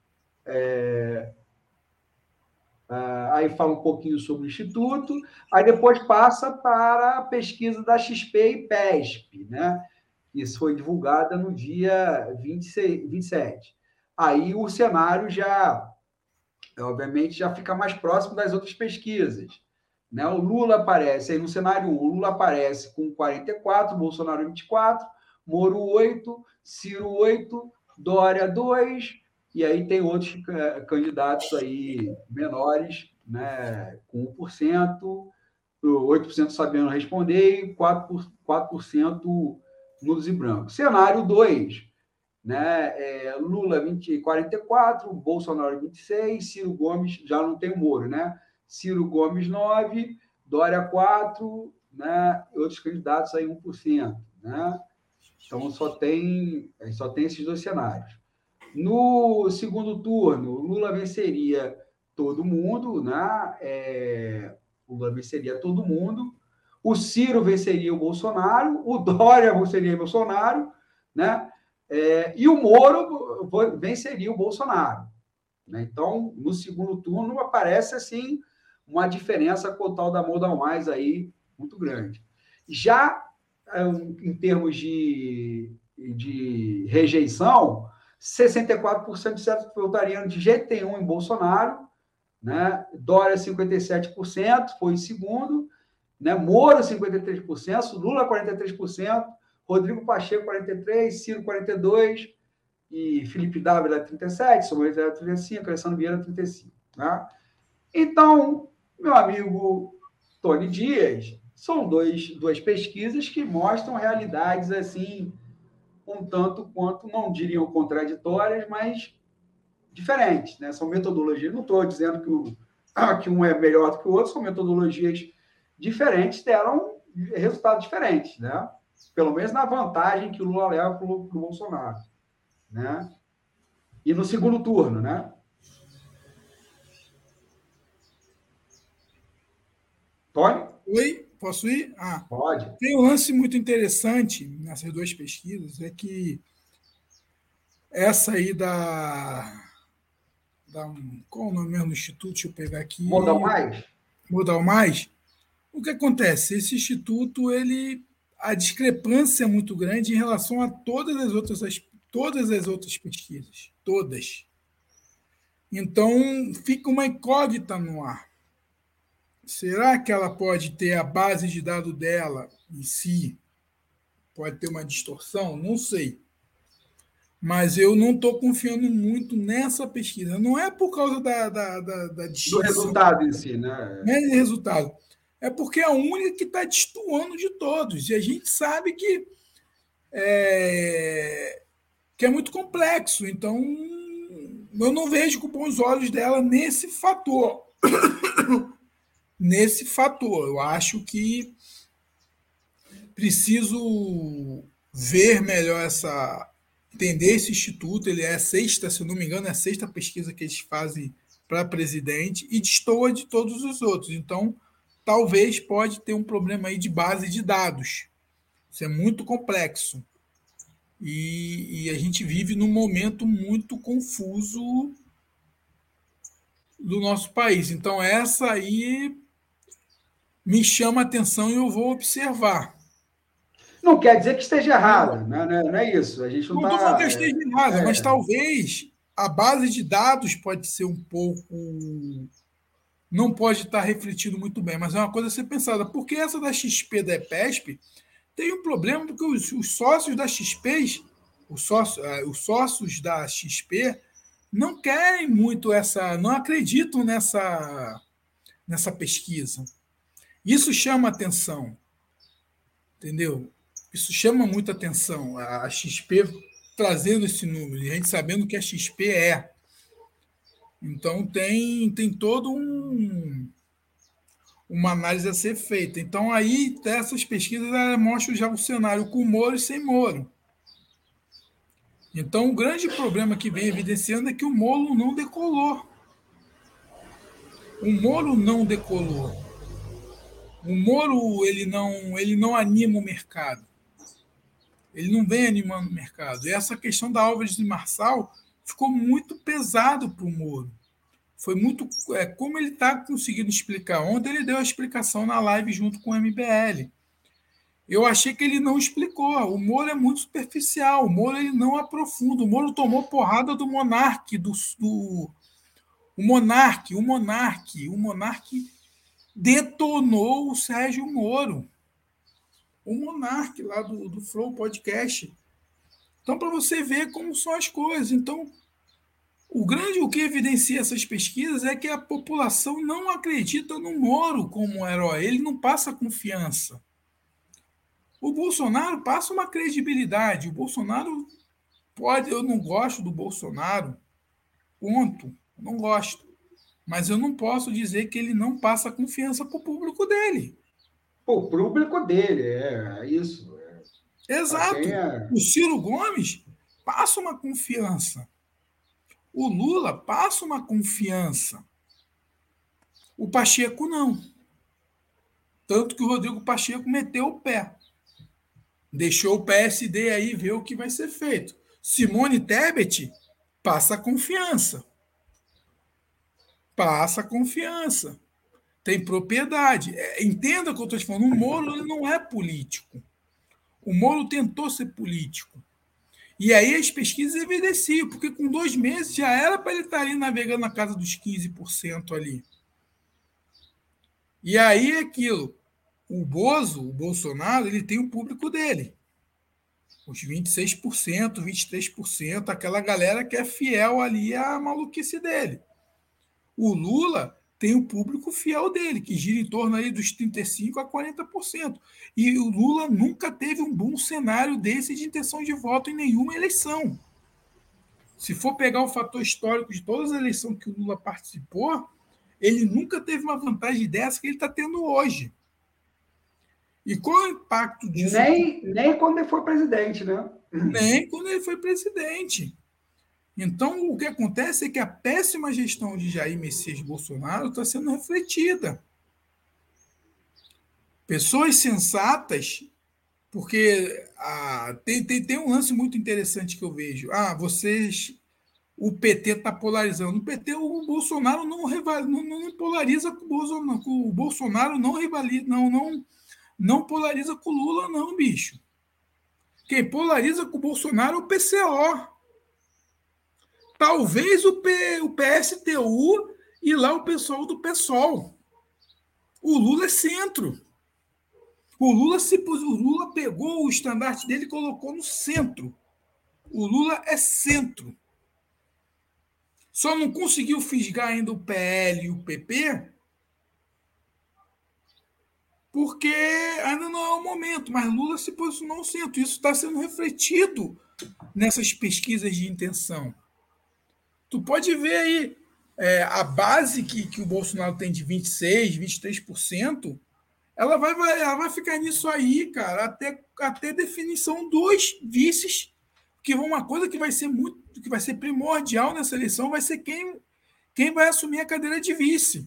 Aí fala um pouquinho sobre o Instituto, aí depois passa para a pesquisa da XP e PESP, né? Isso foi divulgada no dia 27. Aí o cenário obviamente, já fica mais próximo das outras pesquisas. Né? O Lula aparece, aí no cenário 1, o Lula aparece com 44%, Bolsonaro 24%, Moro 8%, Ciro 8%, Dória 2%, e aí tem outros candidatos aí menores, né, com 1%, 8% sabendo responder e 4% nulos e brancos. Cenário 2, né, Lula 44%, Bolsonaro 26%, Ciro Gomes, já não tem o Moro, né? Ciro Gomes 9%, Dória 4%, né, outros candidatos aí 1%. Né? Então, só tem esses dois cenários. No segundo turno, Lula venceria todo mundo, né? Lula venceria todo mundo. O Ciro venceria o Bolsonaro, o Dória venceria o Bolsonaro, né? E o Moro venceria o Bolsonaro. Né? Então, no segundo turno, aparece assim uma diferença com o tal da Moda Mais aí muito grande. Já em termos de rejeição, 64% de certos que votariam de jeito nenhum em Bolsonaro, né? Dória 57%, foi em segundo, né? Moro 53%, Lula 43%, Rodrigo Pacheco 43%, Ciro 42%, e Felipe Dávila 37%, Samuel 35%, Alessandro Vieira 35%. Né? Então, meu amigo Tony Dias, são duas pesquisas que mostram realidades assim, um tanto quanto, não diriam contraditórias, mas diferentes. Né? São metodologias, não estou dizendo que um é melhor do que o outro, são metodologias diferentes, deram resultados diferentes, né? Pelo menos na vantagem que o Lula leva para o Bolsonaro. Né? E no segundo turno, né? Tony? Oi, posso ir? Pode. Tem um lance muito interessante nessas duas pesquisas, é que essa aí qual o nome mesmo do instituto? Deixa eu pegar aqui. Modal Mais? Modal Mais. O que acontece? Esse instituto, a discrepância é muito grande em relação a todas as outras pesquisas. Todas. Então, fica uma incógnita no ar. Será que ela pode ter a base de dados dela em si? Pode ter uma distorção? Não sei. Mas eu não estou confiando muito nessa pesquisa. Não é por causa da Do resultado em si, né? Não é de resultado. É porque é a única que está destoando de todos. E a gente sabe que é muito complexo. Então, eu não vejo com bons olhos dela nesse fator. Nesse fator. Eu acho que preciso ver melhor entender esse instituto. Ele é a sexta, se eu não me engano, é a sexta pesquisa que eles fazem para presidente e destoa de todos os outros. Então, talvez pode ter um problema aí de base de dados. Isso é muito complexo. E a gente vive num momento muito confuso do nosso país. Então, essa aí me chama a atenção e eu vou observar. Não quer dizer que esteja errado, não é isso. A gente não estou falando está. que esteja errada, mas talvez a base de dados pode ser um pouco. Não pode estar refletindo muito bem, mas é uma coisa a ser pensada. Porque essa da XP da EPESP tem um problema, porque os sócios da XP, os sócios da XP, não querem muito não acreditam nessa pesquisa. Isso chama atenção, entendeu? Isso chama muita atenção. A XP trazendo esse número, e a gente sabendo que a XP é. Então tem todo uma análise a ser feita. Então aí essas pesquisas mostram já o cenário com Moro e sem Moro. Então o grande problema que vem evidenciando é que o Moro não decolou. O Moro não decolou. O Moro ele não anima o mercado. Ele não vem animando o mercado. E essa questão da Álvares de Marçal ficou muito pesado para o Moro. Foi muito. Como ele está conseguindo explicar. Ontem ele deu a explicação na live junto com o MBL. Eu achei que ele não explicou. O Moro é muito superficial. O Moro ele não aprofunda. O Moro tomou porrada do Monark, o Monark detonou o Sérgio Moro. O Monark lá do Flow Podcast. Então, para você ver como são as coisas. Então, o que evidencia essas pesquisas é que a população não acredita no Moro como herói. Ele não passa confiança. O Bolsonaro passa uma credibilidade. O Bolsonaro eu não gosto do Bolsonaro, ponto. Eu não gosto. Mas eu não posso dizer que ele não passa confiança para o público dele. O público dele, é isso. Exato. O Ciro Gomes passa uma confiança. O Lula passa uma confiança. O Pacheco não. Tanto que o Rodrigo Pacheco meteu o pé. Deixou o PSD aí ver o que vai ser feito. Simone Tebet passa confiança. Passa confiança. Tem propriedade. Entenda o que eu estou te falando. O Moro ele não é político. O Moro tentou ser político. E aí as pesquisas evidenciam, porque com 2 meses já era para ele estar ali navegando na casa dos 15% ali. E aí é aquilo. O Bolsonaro, ele tem o público dele. Os 26%, 23%, aquela galera que é fiel ali à maluquice dele. O Lula tem o público fiel dele, que gira em torno aí dos 35% a 40%. E o Lula nunca teve um bom cenário desse de intenção de voto em nenhuma eleição. Se for pegar o fator histórico de todas as eleições que o Lula participou, ele nunca teve uma vantagem dessa que ele está tendo hoje. E qual é o impacto disso? Nem quando ele foi presidente, né? Nem quando ele foi presidente. Então, o que acontece é que a péssima gestão de Jair Messias Bolsonaro está sendo refletida. Pessoas sensatas, porque tem um lance muito interessante que eu vejo. O PT está polarizando. O PT, o Bolsonaro não polariza com o Bolsonaro. O Bolsonaro não polariza com o Lula, não, bicho. Quem polariza com o Bolsonaro é o PCO. Talvez o PSTU e lá o pessoal do PSOL. O Lula é centro. O Lula pegou o estandarte dele e colocou no centro. O Lula é centro. Só não conseguiu fisgar ainda o PL e o PP porque ainda não é o momento, mas Lula se posicionou no centro. Isso está sendo refletido nessas pesquisas de intenção. Tu pode ver aí a base que o Bolsonaro tem de 26%, 23%, ela vai ficar nisso aí, cara, até definição dos vices, que uma coisa que vai ser primordial nessa eleição vai ser quem vai assumir a cadeira de vice.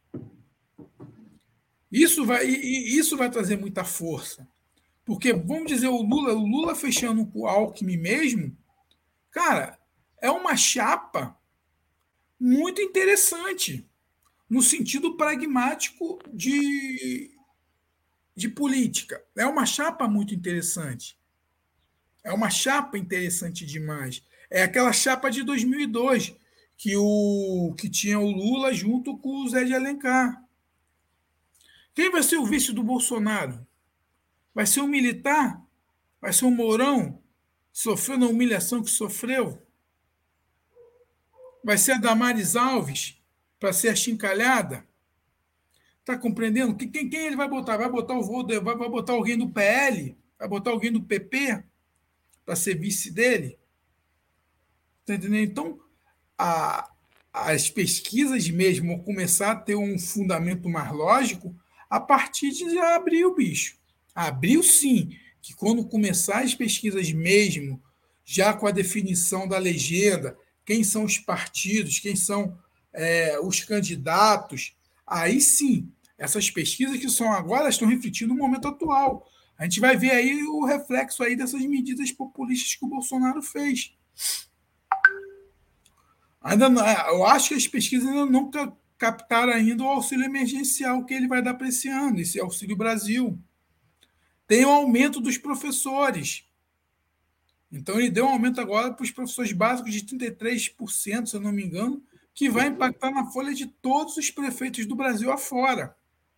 Isso vai trazer muita força. Porque, vamos dizer, o Lula fechando com o Alckmin mesmo, cara, é uma chapa muito interessante, no sentido pragmático de política. É uma chapa muito interessante. É uma chapa interessante demais. É aquela chapa de 2002, que tinha o Lula junto com o Zé de Alencar. Quem vai ser o vice do Bolsonaro? Vai ser um militar? Vai ser um Mourão? Sofreu na humilhação que sofreu? Vai ser a Damares Alves para ser achincalhada? Está compreendendo? Quem ele vai botar? Vai botar alguém do PL? Vai botar alguém do PP para ser vice dele? Está entendendo? Então, as pesquisas mesmo vão começar a ter um fundamento mais lógico a partir de abrir o bicho. Abriu sim, que quando começar as pesquisas mesmo, já com a definição da legenda, quem são os partidos, quem são os candidatos, aí sim, essas pesquisas que são agora estão refletindo o momento atual. A gente vai ver aí o reflexo aí dessas medidas populistas que o Bolsonaro fez. Eu acho que as pesquisas ainda não captaram ainda o auxílio emergencial que ele vai dar para esse ano, esse Auxílio Brasil. Tem o aumento dos professores. Então, ele deu um aumento agora para os professores básicos de 33%, se eu não me engano, que vai impactar na folha de todos os prefeitos do Brasil afora.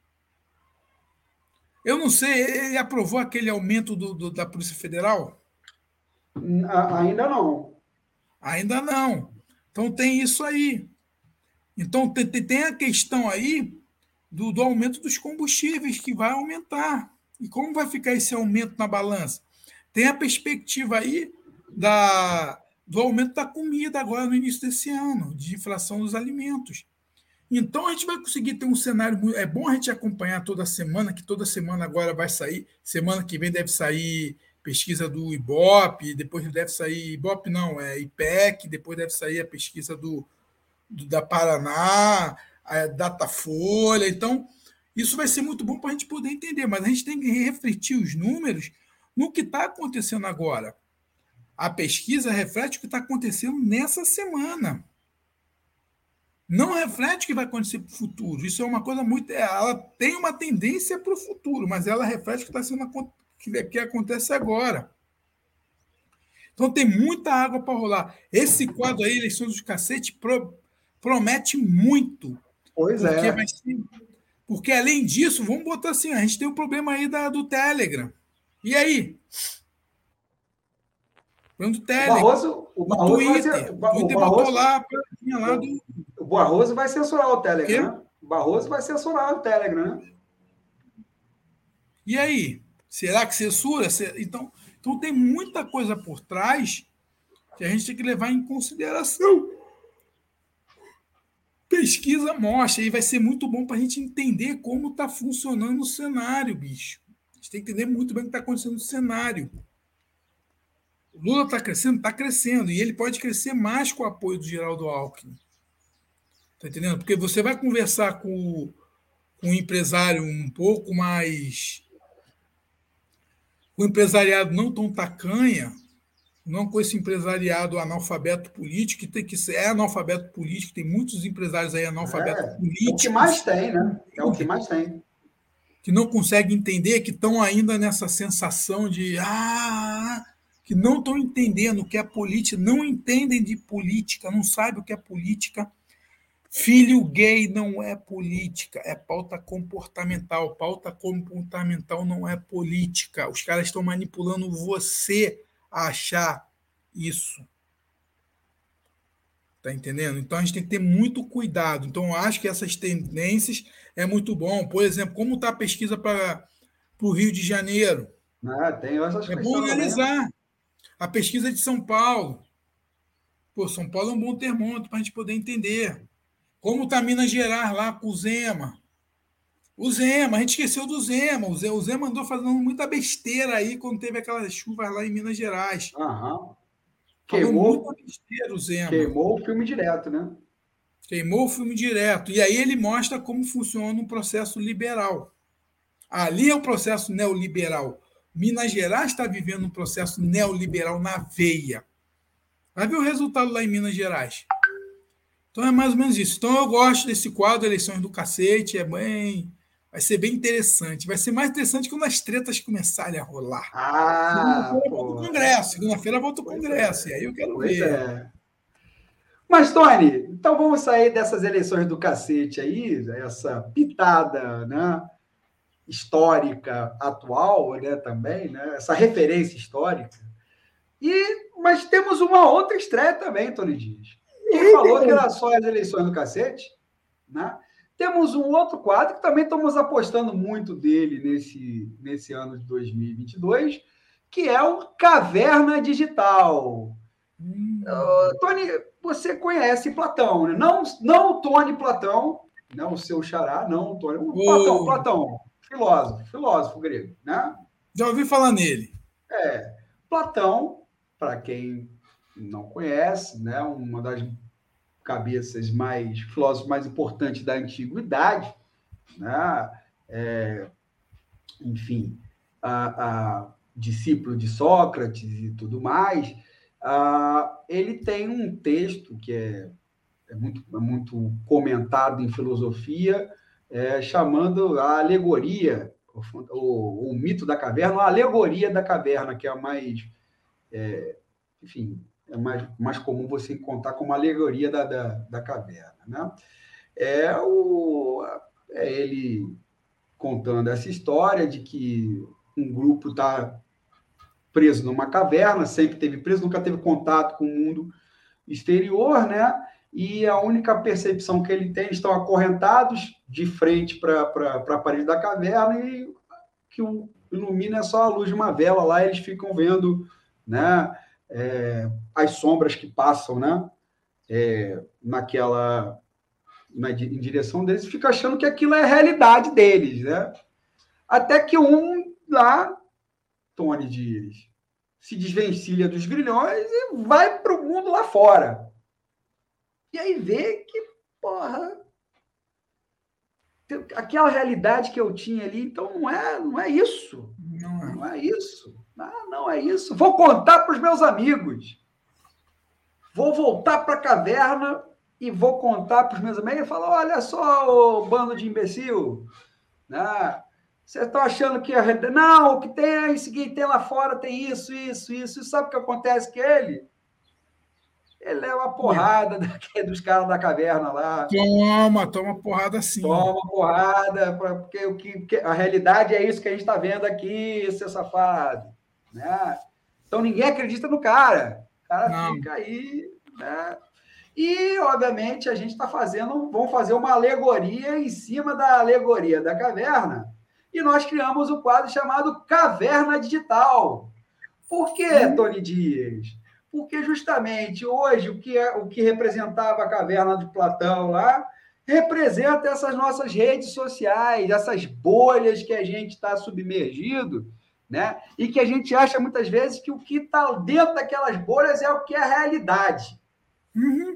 Eu não sei, ele aprovou aquele aumento da Polícia Federal? Ainda não. Ainda não. Então, tem isso aí. Então, tem a questão aí do aumento dos combustíveis, que vai aumentar. E como vai ficar esse aumento na balança? Tem a perspectiva aí do aumento da comida agora no início desse ano, de inflação dos alimentos. Então, a gente vai conseguir ter um cenário... É bom a gente acompanhar toda semana, que toda semana agora vai sair. Semana que vem deve sair pesquisa do Ibope, depois deve sair, Ibope não, é IPEC, depois deve sair a pesquisa da Paraná, a Datafolha. Então, isso vai ser muito bom para a gente poder entender, mas a gente tem que refletir os números no que está acontecendo agora. A pesquisa reflete o que está acontecendo nessa semana. Não reflete o que vai acontecer para o futuro. Isso é uma coisa muito. Ela tem uma tendência para o futuro, mas ela reflete o que está sendo que acontece agora. Então tem muita água para rolar. Esse quadro aí, Eleições dos Cacete, promete muito. Pois é. Porque, além disso, vamos botar assim, a gente tem o problema aí do Telegram. E aí? Do Telegram. O Twitter botou lá o Barroso vai censurar o Telegram, né? O Barroso vai censurar o Telegram, né? E aí? Será que censura? Então tem muita coisa por trás que a gente tem que levar em consideração. Pesquisa mostra, e vai ser muito bom para a gente entender como está funcionando o cenário, bicho. A gente tem que entender muito bem o que está acontecendo no cenário. O Lula está crescendo? Está crescendo. E ele pode crescer mais com o apoio do Geraldo Alckmin. Está entendendo? Porque você vai conversar com um empresário um pouco mais... O empresariado não tão tacanha, não com esse empresariado analfabeto político, que é analfabeto político, tem muitos empresários aí analfabetos políticos. É o que mais tem, né? É o que mais tem. Que não conseguem entender, que estão ainda nessa sensação de... que não estão entendendo o que é política, não entendem de política, não sabem o que é política. Filho gay não é política, é pauta comportamental. Pauta comportamental não é política. Os caras estão manipulando você a achar isso. Tá entendendo? Então a gente tem que ter muito cuidado. Então eu acho que essas tendências é muito bom. Por exemplo, como está a pesquisa para o Rio de Janeiro? Tem essas é bom analisar. A pesquisa de São Paulo. São Paulo é um bom termômetro para a gente poder entender. Como está Minas Gerais lá com o Zema? A gente esqueceu do Zema. O Zema andou fazendo muita besteira aí quando teve aquelas chuvas lá em Minas Gerais. Queimou muita besteira o Zema. Queimou o filme direto, né? Queimou o filme direto. E aí ele mostra como funciona um processo liberal. Ali é o processo neoliberal. Minas Gerais está vivendo um processo neoliberal na veia. Vai ver o resultado lá em Minas Gerais. Então é mais ou menos isso. Então eu gosto desse quadro, Eleições do Cacete, vai ser bem interessante. Vai ser mais interessante quando as tretas começarem a rolar. Segunda-feira volta o Congresso. E aí eu quero ver. Mas, Tony, então vamos sair dessas eleições do cacete aí, essa pitada, né, histórica atual, né, também, né, essa referência histórica. Mas temos uma outra estreia também, Tony Dias. Ele falou que era só as eleições do cacete, né? Temos um outro quadro que também estamos apostando muito dele nesse ano de 2022, que é o Caverna Digital. Tony, você conhece Platão, né? Não o Tony Platão, não o seu xará, não o Tony. Platão, filósofo grego, né? Já ouvi falar nele. Platão, para quem não conhece, né? Uma das cabeças filósofos mais importantes da antiguidade, né? Enfim, discípulo de Sócrates e tudo mais. Ele tem um texto que é muito comentado em filosofia, chamando a alegoria, o mito da caverna, a alegoria da caverna, que é a mais, enfim, é mais comum você encontrar como alegoria da caverna, né? Ele contando essa história de que um grupo está preso numa caverna, sempre teve preso, nunca teve contato com o mundo exterior, né? E a única percepção que ele tem, eles estão acorrentados de frente para a parede da caverna e que o ilumina é só a luz de uma vela lá, eles ficam vendo, né, as sombras que passam, né, em direção deles, e fica achando que aquilo é a realidade deles, né? Até que um lá, Tony Dias, se desvencilha dos grilhões e vai para o mundo lá fora. E aí vê que, porra, aquela realidade que eu tinha ali, então não é isso. Não é isso. Não é isso. Vou contar para os meus amigos. Vou voltar para a caverna e vou contar para os meus amigos e falar, olha só, o bando de imbecil, né? Vocês estão achando que... Não, o que tem é isso que tem lá fora, tem isso. E sabe o que acontece com ele? Ele leva uma porrada dos caras da caverna lá. Toma porrada sim. Toma porrada, porque a realidade é isso que a gente está vendo aqui, seu safado. Né? Então ninguém acredita no cara. O cara fica aí, né? E, obviamente, a gente está vamos fazer uma alegoria em cima da alegoria da caverna. E nós criamos o quadro chamado Caverna Digital. Por quê, Tony Dias? Porque justamente hoje o que representava a caverna de Platão lá representa essas nossas redes sociais, essas bolhas que a gente está submergido, né? E que a gente acha muitas vezes que o que está dentro daquelas bolhas é o que é a realidade. Uhum.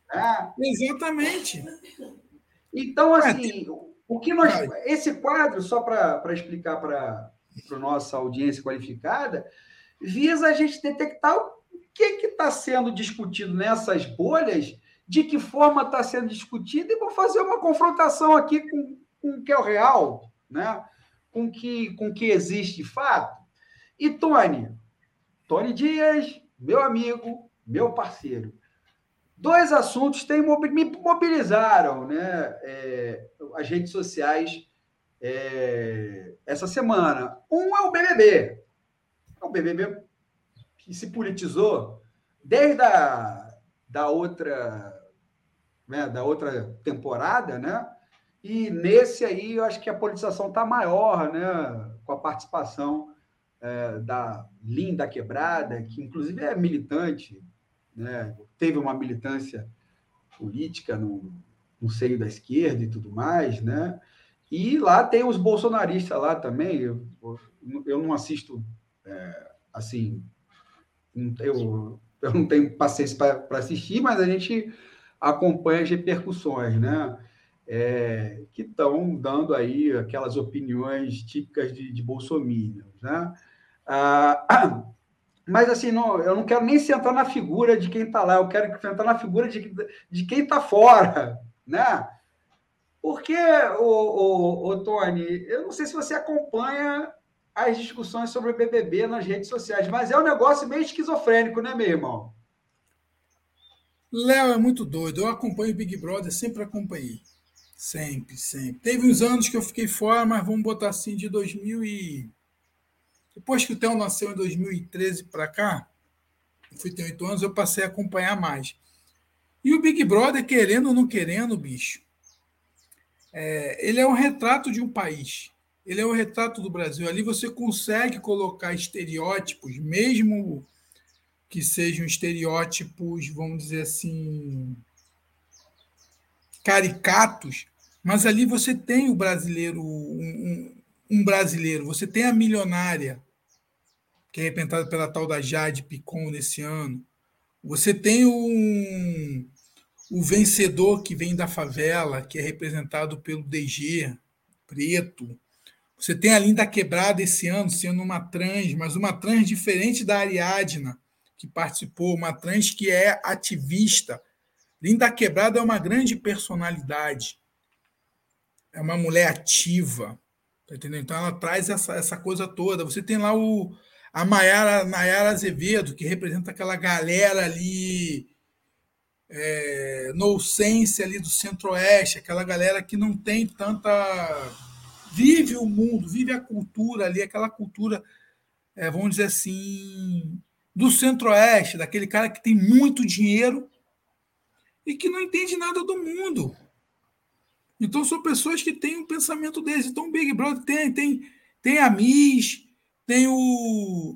Exatamente. Então, assim, o que nós. Esse quadro, só para explicar para a nossa audiência qualificada, visa a gente detectar o que está sendo discutido nessas bolhas, de que forma está sendo discutido, e vou fazer uma confrontação aqui com o que é o real, né? com o que existe de fato. E Tony Dias, meu amigo, meu parceiro, 2 assuntos me mobilizaram, né? As redes sociais essa semana. Um é o BBB. É o BBB que se politizou desde da outra temporada, né? E nesse aí, eu acho que a politização está maior, né? Com a participação da Linda Quebrada, que inclusive é militante, né? Teve uma militância política no seio da esquerda e tudo mais, né? E lá tem os bolsonaristas lá também. Eu não assisto assim, eu não tenho paciência para assistir, mas a gente acompanha as repercussões, né? Que estão dando aí aquelas opiniões típicas de bolsominions, né? Mas, assim, eu não quero nem sentar na figura de quem está lá, eu quero sentar na figura de quem está fora, né? Porque, Tony, eu não sei se você acompanha as discussões sobre o BBB nas redes sociais, mas é um negócio meio esquizofrênico, né, meu irmão? Léo é muito doido. Eu acompanho o Big Brother, sempre acompanhei. Sempre. Teve uns anos que eu fiquei fora, mas vamos botar assim, de 2000 e... Depois que o Theo nasceu em 2013 para cá, fui ter 8 anos, eu passei a acompanhar mais. E o Big Brother, querendo ou não querendo, bicho, ele é um retrato de um país. Ele é um retrato do Brasil. Ali você consegue colocar estereótipos, mesmo que sejam estereótipos, vamos dizer assim, caricatos, mas ali você tem o brasileiro, um brasileiro, você tem a milionária, que é representada pela tal da Jade Picon nesse ano, você tem o vencedor que vem da favela, que é representado pelo DG, preto. Você tem a Linda Quebrada esse ano sendo uma trans, mas uma trans diferente da Ariadna, que participou, uma trans que é ativista. Linda Quebrada é uma grande personalidade. É uma mulher ativa. Tá entendendo? Então ela traz essa coisa toda. Você tem lá a Nayara Azevedo, que representa aquela galera ali nonsense ali do Centro-Oeste, aquela galera que não tem tanta... Vive o mundo, vive a cultura ali, aquela cultura, vamos dizer assim, do Centro-Oeste, daquele cara que tem muito dinheiro e que não entende nada do mundo. Então são pessoas que têm um pensamento desse. Então o Big Brother tem a Miss, tem o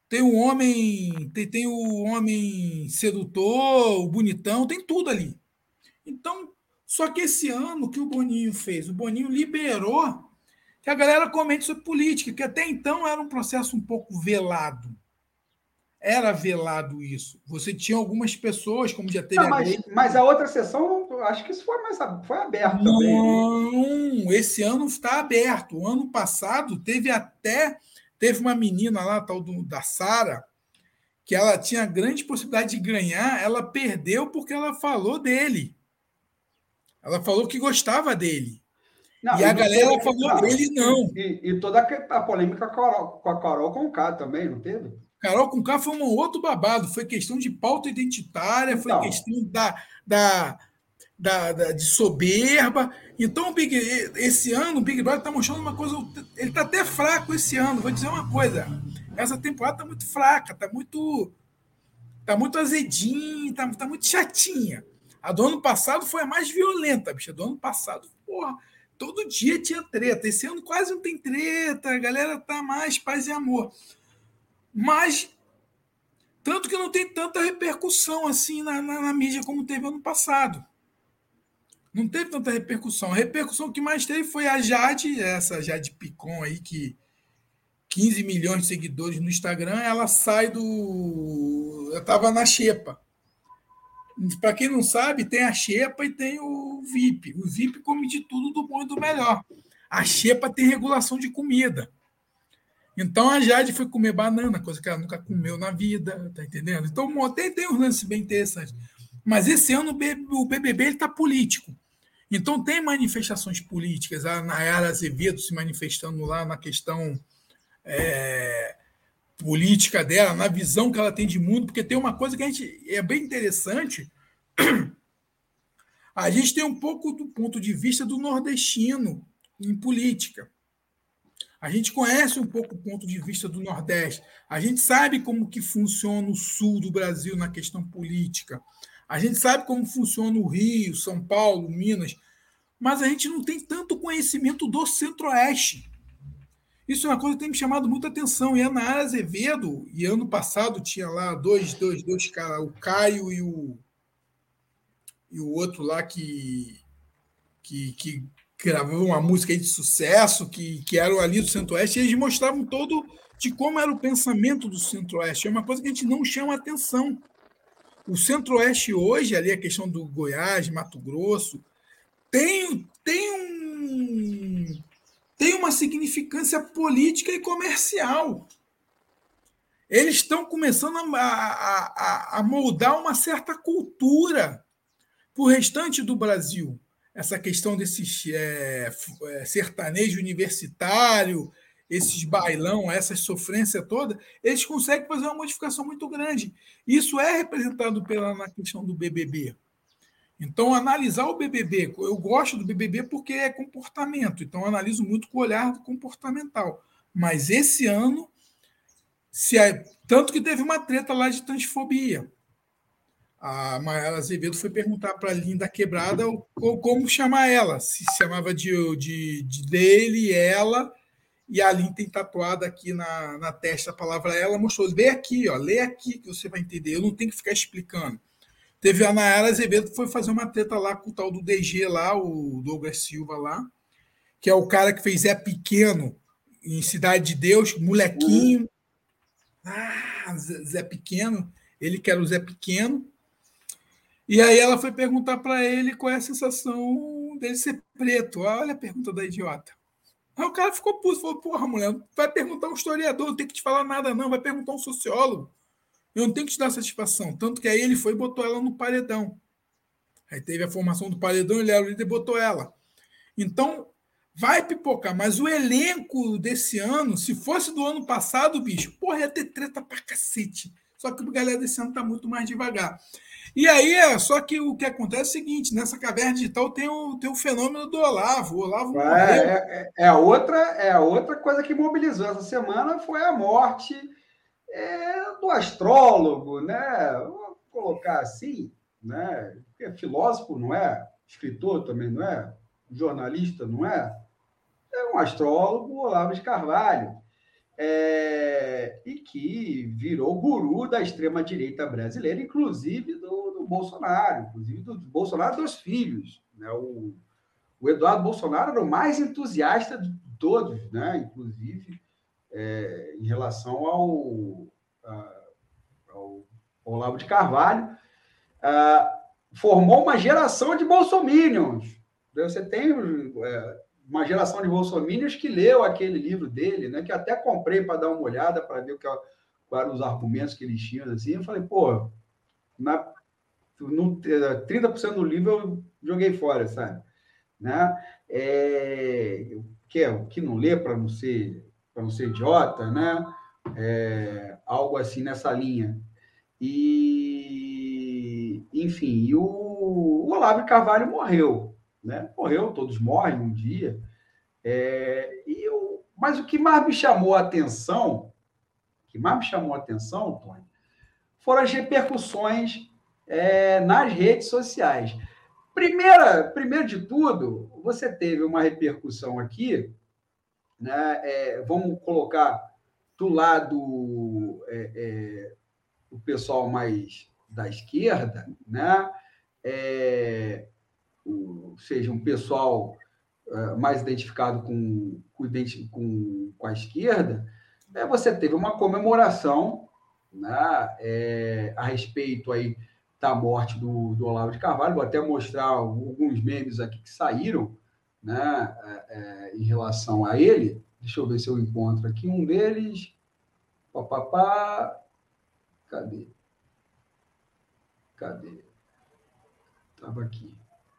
tem o homem sedutor, o bonitão, tem tudo ali. Então, só que esse ano o que o Boninho fez? O Boninho liberou que a galera comente sobre política, que até então era um processo um pouco velado. era velado isso. Você tinha algumas pessoas, como já teve Não, mas a outra sessão, acho que isso foi aberto também. Não, esse ano está aberto. O ano passado teve uma menina lá, tal da Sara, que ela tinha grande possibilidade de ganhar, ela perdeu porque ela falou dele. Ela falou que gostava dele. Não, e a galera falou, não, ele não. E toda a polêmica com a Carol Conká também, não teve? Carol Conká foi um outro babado. Foi questão de pauta identitária, Então, foi questão de soberba. Então, esse ano, o Big Brother está mostrando uma coisa. Ele está até fraco esse ano. Vou dizer uma coisa. Essa temporada está muito fraca, está muito azedinha, está muito chatinha. A do ano passado foi a mais violenta, bicha. Do ano passado, porra, todo dia tinha treta. Esse ano quase não tem treta, a galera tá mais paz e amor. Mas, tanto que não tem tanta repercussão assim na mídia como teve ano passado. Não teve tanta repercussão. A repercussão que mais teve foi a Jade, essa Jade Picon aí, que 15 milhões de seguidores no Instagram, ela sai do. Eu estava na Xepa. Para quem não sabe, tem a Xepa e tem o VIP. O VIP come de tudo do bom e do melhor. A Xepa tem regulação de comida. Então a Jade foi comer banana, coisa que ela nunca comeu na vida, tá entendendo? Então tem um lance bem interessante. Mas esse ano o BBB está político. Então tem manifestações políticas. A Nayara Azevedo se manifestando lá na questão política dela, na visão que ela tem de mundo, porque tem uma coisa que é bem interessante. A gente tem um pouco do ponto de vista do nordestino em política. A gente conhece um pouco o ponto de vista do Nordeste. A gente sabe como que funciona o sul do Brasil na questão política. A gente sabe como funciona o Rio, São Paulo, Minas. Mas a gente não tem tanto conhecimento do Centro-Oeste. Isso é uma coisa que tem me chamado muita atenção. E a Nayara Azevedo, e ano passado tinha lá dois caras, o Caio e o outro lá que gravou uma música aí de sucesso, que eram ali do Centro-Oeste, e eles mostravam todo de como era o pensamento do Centro-Oeste. É uma coisa que a gente não chama atenção. O Centro-Oeste hoje, ali a questão do Goiás, Mato Grosso, tem uma significância política e comercial. Eles estão começando a moldar uma certa cultura para o restante do Brasil. Essa questão desses sertanejo universitário, esses bailão, essa sofrência toda, eles conseguem fazer uma modificação muito grande. Isso é representado na questão do BBB. Então, analisar o BBB, eu gosto do BBB porque é comportamento, então eu analiso muito com o olhar comportamental. Mas esse ano, tanto que teve uma treta lá de transfobia. A Nayara Azevedo foi perguntar para a Linda Quebrada como chamar ela, se chamava de dele, ela, e a Linda tem tatuada aqui na testa a palavra ela, mostrou, lê aqui que você vai entender, eu não tenho que ficar explicando. Teve a Nayara Azevedo que foi fazer uma treta lá com o tal do DG lá, o Douglas Silva lá, que é o cara que fez Zé Pequeno em Cidade de Deus, molequinho. Zé Pequeno, ele que era o Zé Pequeno. E aí ela foi perguntar para ele qual é a sensação dele ser preto. Olha a pergunta da idiota. Aí o cara ficou puto, falou, porra, mulher, vai perguntar um historiador, não tem que te falar nada não, vai perguntar um sociólogo. Eu não tenho que te dar satisfação. Tanto que aí ele foi e botou ela no paredão. Aí teve a formação do paredão, ele era o líder e botou ela. Então, vai pipocar. Mas o elenco desse ano, se fosse do ano passado, bicho, porra, ia ter treta pra cacete. Só que o galera desse ano tá muito mais devagar. E aí, só que o que acontece é o seguinte, nessa caverna digital tem o fenômeno do Olavo. O Olavo morreu. A outra coisa que mobilizou essa semana foi a morte do astrólogo, né? Vou colocar assim, né? Porque filósofo não é, escritor também não é, jornalista não é. É um astrólogo, Olavo de Carvalho, e que virou guru da extrema-direita brasileira, inclusive do Bolsonaro, inclusive do Bolsonaro dos filhos. Né? O Eduardo Bolsonaro era o mais entusiasta de todos, né? Inclusive em relação o Olavo de Carvalho, formou uma geração de bolsominions. Você tem uma geração de bolsominions que leu aquele livro dele, né, que até comprei para dar uma olhada, para ver quais eram os argumentos que eles tinham. Assim. Eu falei, pô, 30% do livro eu joguei fora, sabe? Né? O que não lê para não ser idiota, né? Algo assim nessa linha. E, enfim, o Olavo de Carvalho morreu, né? Morreu, todos morrem um dia. Mas o que mais me chamou a atenção, Tony, foram as repercussões nas redes sociais. Primeiro de tudo, você teve uma repercussão aqui, né? Vamos colocar do lado o pessoal mais da esquerda, né? Ou seja, um pessoal mais identificado com a esquerda, você teve uma comemoração, né? A respeito aí da morte do Olavo de Carvalho. Vou até mostrar alguns memes aqui que saíram, né, em relação a ele. Deixa eu ver se eu encontro aqui um deles. Cadê? Estava aqui.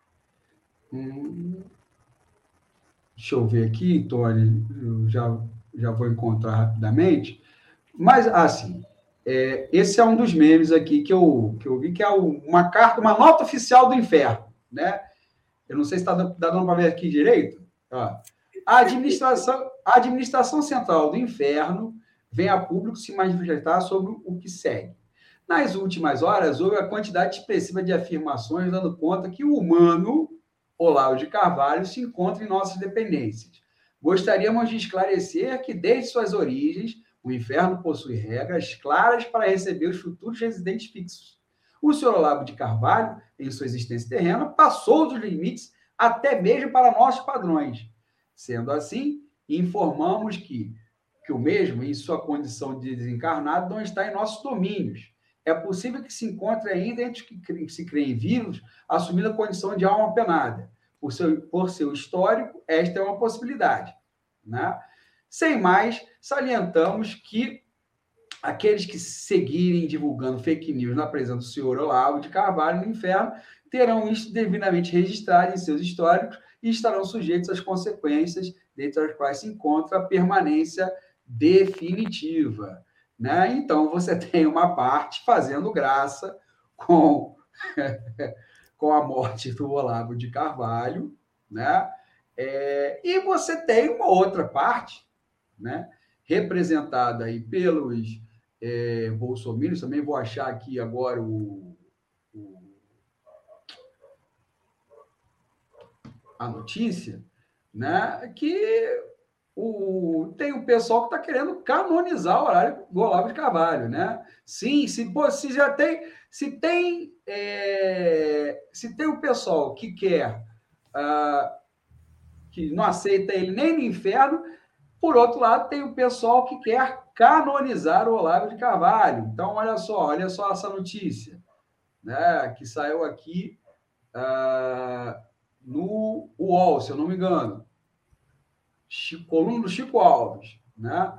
Deixa eu ver aqui, Tony. Eu já vou encontrar rapidamente. Mas, assim, esse é um dos memes aqui que eu vi, que é uma nota oficial do inferno, né? Eu não sei se está dando para ver aqui direito. Ó. A administração central do inferno vem a público se manifestar sobre o que segue. Nas últimas horas, houve a quantidade expressiva de afirmações dando conta que o humano Olavo de Carvalho se encontra em nossas dependências. Gostaríamos de esclarecer que, desde suas origens, o inferno possui regras claras para receber os futuros residentes fixos. O senhor Olavo de Carvalho, em sua existência terrena, passou dos limites até mesmo para nossos padrões. Sendo assim, informamos que o mesmo, em sua condição de desencarnado, não está em nossos domínios. É possível que se encontre ainda entre os que se creem vivos, assumindo a condição de alma penada. Por seu histórico, esta é uma possibilidade. Né? Sem mais, salientamos que aqueles que seguirem divulgando fake news na presença do senhor Olavo de Carvalho no inferno terão isso devidamente registrado em seus históricos e estarão sujeitos às consequências, dentre as quais se encontra a permanência definitiva. Né? Então, você tem uma parte fazendo graça com a morte do Olavo de Carvalho, né? E você tem uma outra parte, né? Representada aí pelos bolsominions. Também vou achar aqui agora a notícia, né? Que tem um pessoal que está querendo canonizar o horário do Olavo de Carvalho, né? Sim, se tem um pessoal que quer, que não aceita ele nem no inferno, por outro lado, tem o pessoal que quer canonizar o Olavo de Carvalho. Então, olha só essa notícia, né? Que saiu aqui no UOL, se eu não me engano. Coluna do Chico Alves, né?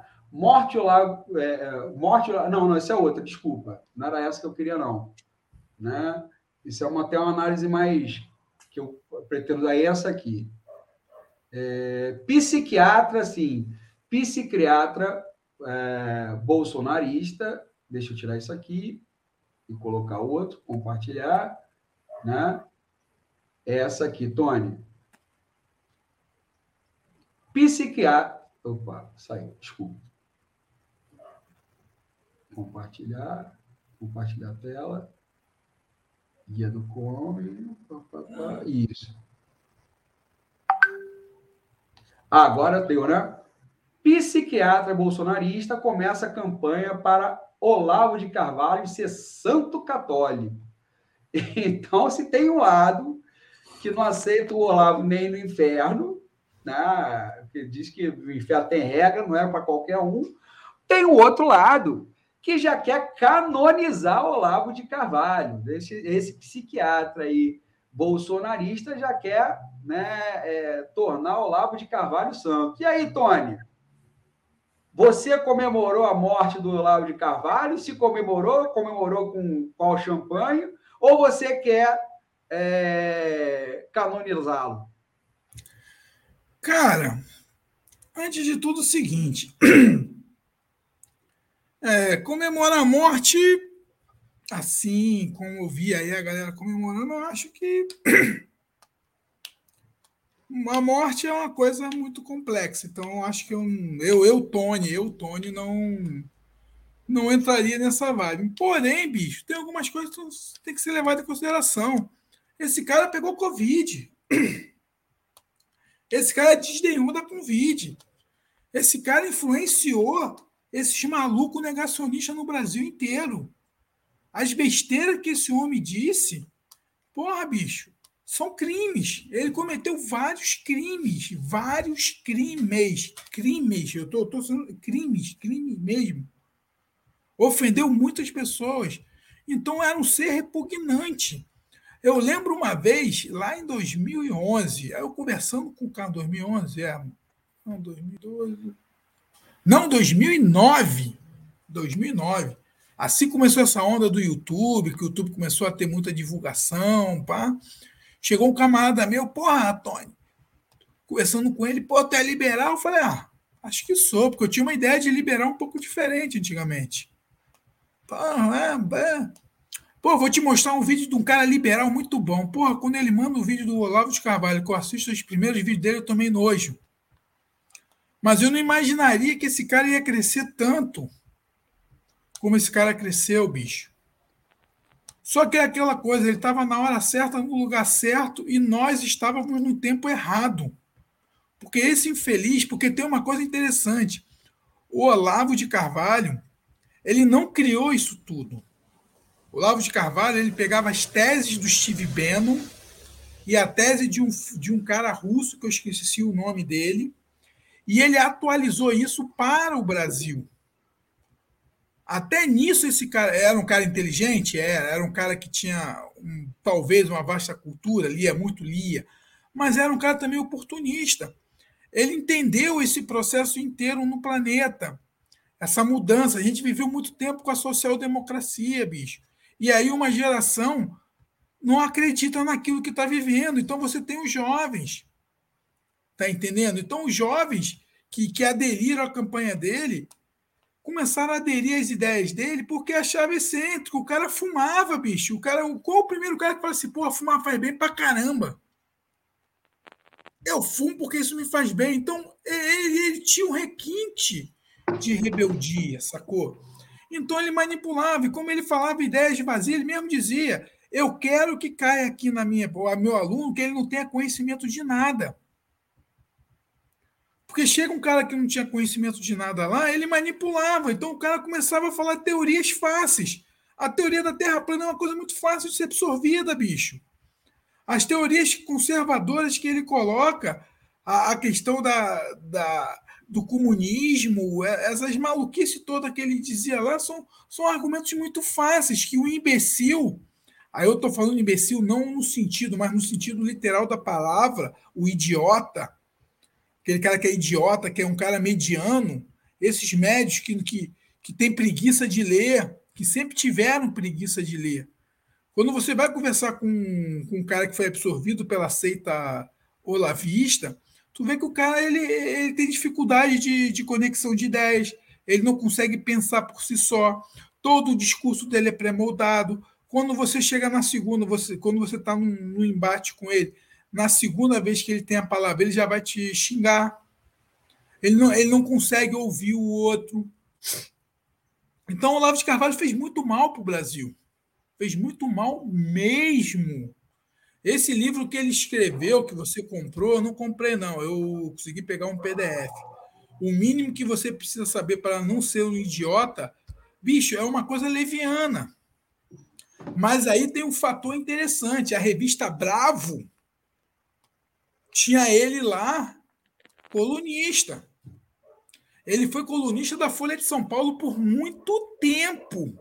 Não, essa é outra, desculpa. Não era essa que eu queria, não. Né? Isso é até uma análise mais que eu pretendo dar essa aqui. Psiquiatra bolsonarista. Deixa eu tirar isso aqui e colocar outro, compartilhar, né? Essa aqui, Tony. Psiquiatra. Opa, saiu, desculpa. Compartilhar a tela. Guia do Chrome. Isso. Agora deu, né? Psiquiatra bolsonarista começa a campanha para Olavo de Carvalho ser santo católico. Então, se tem um lado que não aceita o Olavo nem no inferno, né? Que diz que o inferno tem regra, não é para qualquer um. Tem o outro lado, que já quer canonizar Olavo de Carvalho. Esse psiquiatra aí bolsonarista já quer, né, tornar Olavo de Carvalho santo. E aí, Tony? Você comemorou a morte do Olavo de Carvalho? Se comemorou com qual champanhe? Ou você quer canonizá-lo? Cara, antes de tudo, o seguinte: comemorar a morte, assim como eu vi aí a galera comemorando, eu acho que a morte é uma coisa muito complexa. Então, eu acho que Tony, não entraria nessa vibe. Porém, bicho, tem algumas coisas que tem que ser levadas em consideração. Esse cara pegou Covid. Esse cara desdenhou da Covid. Esse cara influenciou esses malucos negacionistas no Brasil inteiro. As besteiras que esse homem disse, porra, bicho, são crimes. Ele cometeu vários crimes. Crimes. Eu tô sendo crimes mesmo. Ofendeu muitas pessoas. Então era um ser repugnante. Eu lembro uma vez, lá em 2011, eu conversando com o cara, 2011, não, 2012, não, 2009, 2009. Assim começou essa onda do YouTube, que o YouTube começou a ter muita divulgação, pá. Chegou um camarada meu, porra, Tony, conversando com ele, pô, tu é liberal? Eu falei, acho que sou, porque eu tinha uma ideia de liberal um pouco diferente antigamente. Pô, vou te mostrar um vídeo de um cara liberal muito bom. Porra, quando ele manda um vídeo do Olavo de Carvalho, que eu assisto os primeiros vídeos dele, eu tomei nojo. Mas eu não imaginaria que esse cara ia crescer tanto como esse cara cresceu, bicho. Só que é aquela coisa, ele estava na hora certa, no lugar certo, e nós estávamos no tempo errado. Porque esse infeliz, porque tem uma coisa interessante, o Olavo de Carvalho, ele não criou isso tudo. O Olavo de Carvalho, ele pegava as teses do Steve Bannon e a tese de um cara russo, que eu esqueci o nome dele, e ele atualizou isso para o Brasil. Até nisso esse cara era um cara inteligente, era um cara que tinha talvez uma vasta cultura, lia, mas era um cara também oportunista. Ele entendeu esse processo inteiro no planeta, essa mudança. A gente viveu muito tempo com a social-democracia, bicho. E aí uma geração não acredita naquilo que está vivendo. Então você tem os jovens, tá entendendo? Então os jovens que aderiram à campanha dele começaram a aderir às ideias dele porque achava excêntrico. O cara fumava, bicho. Qual o primeiro cara que fala assim, pô, fumar faz bem pra caramba? Eu fumo porque isso me faz bem. Então, ele tinha um requinte de rebeldia, sacou? Então, ele manipulava. E como ele falava ideias vazias, ele mesmo dizia, eu quero que caia aqui meu aluno que ele não tenha conhecimento de nada. Porque chega um cara que não tinha conhecimento de nada lá, ele manipulava. Então o cara começava a falar teorias fáceis. A teoria da Terra plana é uma coisa muito fácil de ser absorvida, bicho. As teorias conservadoras que ele coloca, a questão do comunismo, essas maluquices todas que ele dizia lá, são argumentos muito fáceis, que o imbecil, aí eu estou falando imbecil não no sentido, mas no sentido literal da palavra, o idiota, aquele cara que é idiota, que é um cara mediano, esses médios que têm preguiça de ler, que sempre tiveram preguiça de ler. Quando você vai conversar com um cara que foi absorvido pela seita olavista, tu vê que o cara ele tem dificuldade de conexão de ideias, ele não consegue pensar por si só, todo o discurso dele é pré-moldado. Quando você chega na segunda, quando você está num embate com ele, na segunda vez que ele tem a palavra, ele já vai te xingar. Ele não consegue ouvir o outro. Então, o Olavo de Carvalho fez muito mal para o Brasil. Fez muito mal mesmo. Esse livro que ele escreveu, que você comprou, eu não comprei, não. Eu consegui pegar um PDF. O mínimo que você precisa saber para não ser um idiota, bicho, é uma coisa leviana. Mas aí tem um fator interessante. A revista Bravo tinha ele lá, colunista. Ele foi colunista da Folha de São Paulo por muito tempo.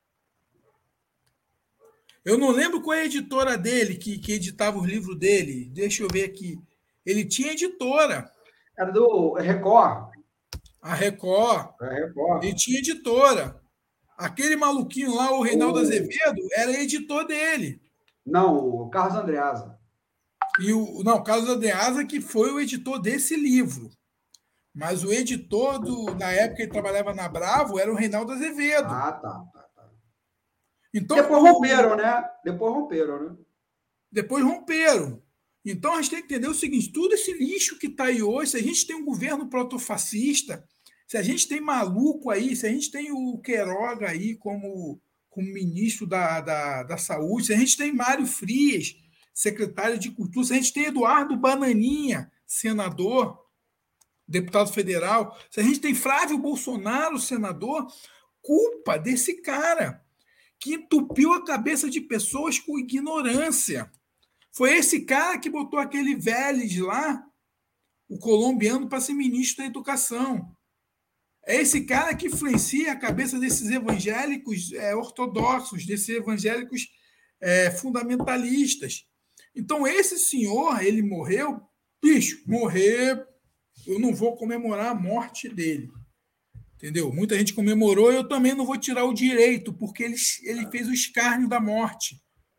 Eu não lembro qual é a editora dele, que editava os livros dele. Deixa eu ver aqui. Ele tinha editora. Era do Record. A Record. Ele tinha editora. Aquele maluquinho lá, o Reinaldo Azevedo, era editor dele. Não, o Carlos Andreasa. Carlos Andreasa que foi o editor desse livro. Mas o editor na época que ele trabalhava na Bravo era o Reinaldo Azevedo. Ah, tá. Então, Depois romperam, né? Depois romperam. Então, a gente tem que entender o seguinte, tudo esse lixo que está aí hoje, se a gente tem um governo protofascista, se a gente tem maluco aí, se a gente tem o Queiroga aí como ministro da Saúde, se a gente tem Mário Frias, secretário de Cultura, se a gente tem Eduardo Bananinha, senador, deputado federal, se a gente tem Flávio Bolsonaro, senador, culpa desse cara que entupiu a cabeça de pessoas com ignorância. Foi esse cara que botou aquele Vélez lá, o colombiano, para ser ministro da Educação. É esse cara que influencia a cabeça desses evangélicos ortodoxos, desses evangélicos fundamentalistas. Então, esse senhor, ele morreu, morrer, eu não vou comemorar a morte dele. Entendeu? Muita gente comemorou, eu também não vou tirar o direito, porque ele fez o escárnio da morte.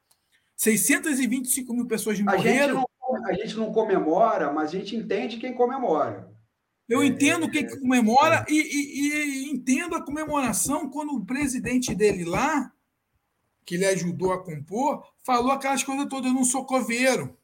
625 mil pessoas morreram. A gente não comemora, mas a gente entende quem comemora. Eu entendo quem comemora e entendo a comemoração quando o presidente dele lá, que ele ajudou a compor, falou aquelas coisas todas, eu não sou coveiro.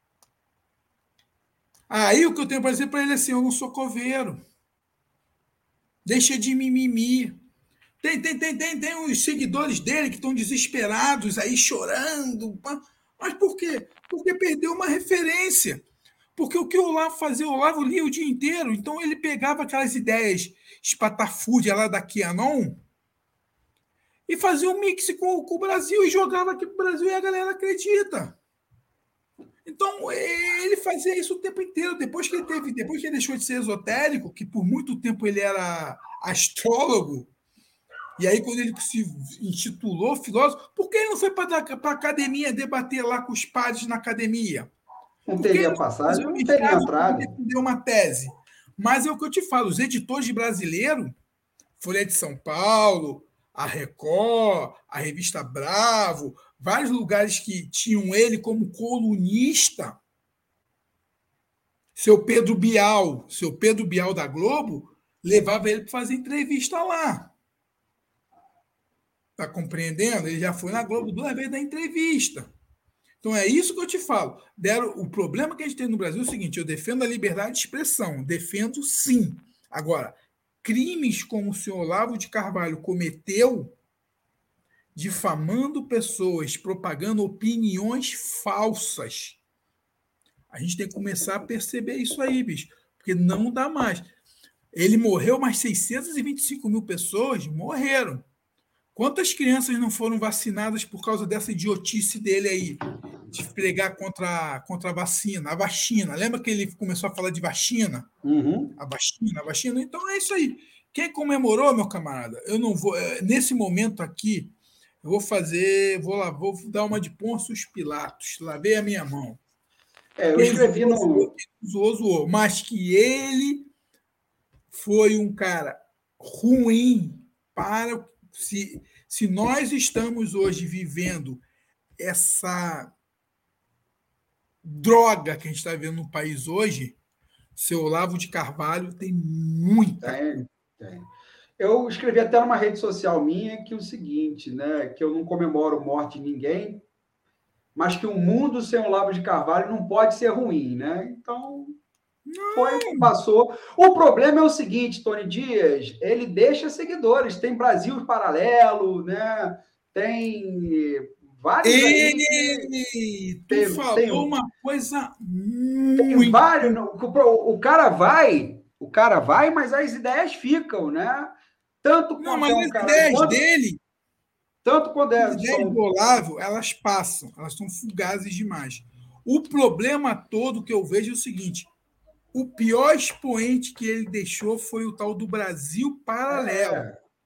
Aí o que eu tenho para dizer para ele é assim, eu não sou coveiro. Deixa de mimimi. Tem os seguidores dele que estão desesperados aí, chorando. Mas por quê? Porque perdeu uma referência. Porque o que o Olavo fazia? O Olavo lia o dia inteiro. Então ele pegava aquelas ideias espatafúrdias lá da QAnon e fazia um mix com o Brasil e jogava aqui para o Brasil e a galera acredita. Então, ele fazia isso o tempo inteiro. Depois que ele deixou de ser esotérico, que por muito tempo ele era astrólogo, e aí quando ele se intitulou filósofo, por que ele não foi para a academia debater lá com os padres na academia? Não teria passado, não teria entrado. Defender uma tese. Mas é o que eu te falo, os editores brasileiros, Folha de São Paulo, a Record, a revista Bravo, vários lugares que tinham ele como colunista. Seu Pedro Bial da Globo, levava ele para fazer entrevista lá. Está compreendendo? Ele já foi na Globo 2 vezes da entrevista. Então é isso que eu te falo. O problema que a gente tem no Brasil é o seguinte, eu defendo a liberdade de expressão, defendo sim. Agora, crimes como o senhor Olavo de Carvalho cometeu, difamando pessoas, propagando opiniões falsas. A gente tem que começar a perceber isso aí, bicho, porque não dá mais. Ele morreu, mas 625 mil pessoas morreram. Quantas crianças não foram vacinadas por causa dessa idiotice dele aí, de pregar contra a vacina, a vacina? Lembra que ele começou a falar de vacina? Uhum. A vacina. Então é isso aí. Quem comemorou, meu camarada, eu não vou. Nesse momento aqui, eu vou dar uma de Pôncio Pilatos. Lavei a minha mão. Eu escrevi no. Zoou, mas que ele foi um cara ruim para. Se nós estamos hoje vivendo essa droga que a gente está vivendo no país hoje, seu Olavo de Carvalho tem muita. Tem. Eu escrevi até numa rede social minha que o seguinte, né? Que eu não comemoro morte de ninguém, mas que o mundo sem Olavo de Carvalho não pode ser ruim, né? Então, passou. O problema é o seguinte, Tony Dias, ele deixa seguidores, tem Brasil Paralelo, né? Tem vários Tu falou uma coisa tem vários, o cara vai, mas as ideias ficam, né? Tanto não, mas as ideias dele, tanto quando as ideias do Olavo, elas passam, elas são fugazes demais. O problema todo que eu vejo é o seguinte: o pior expoente que ele deixou foi o tal do Brasil Paralelo.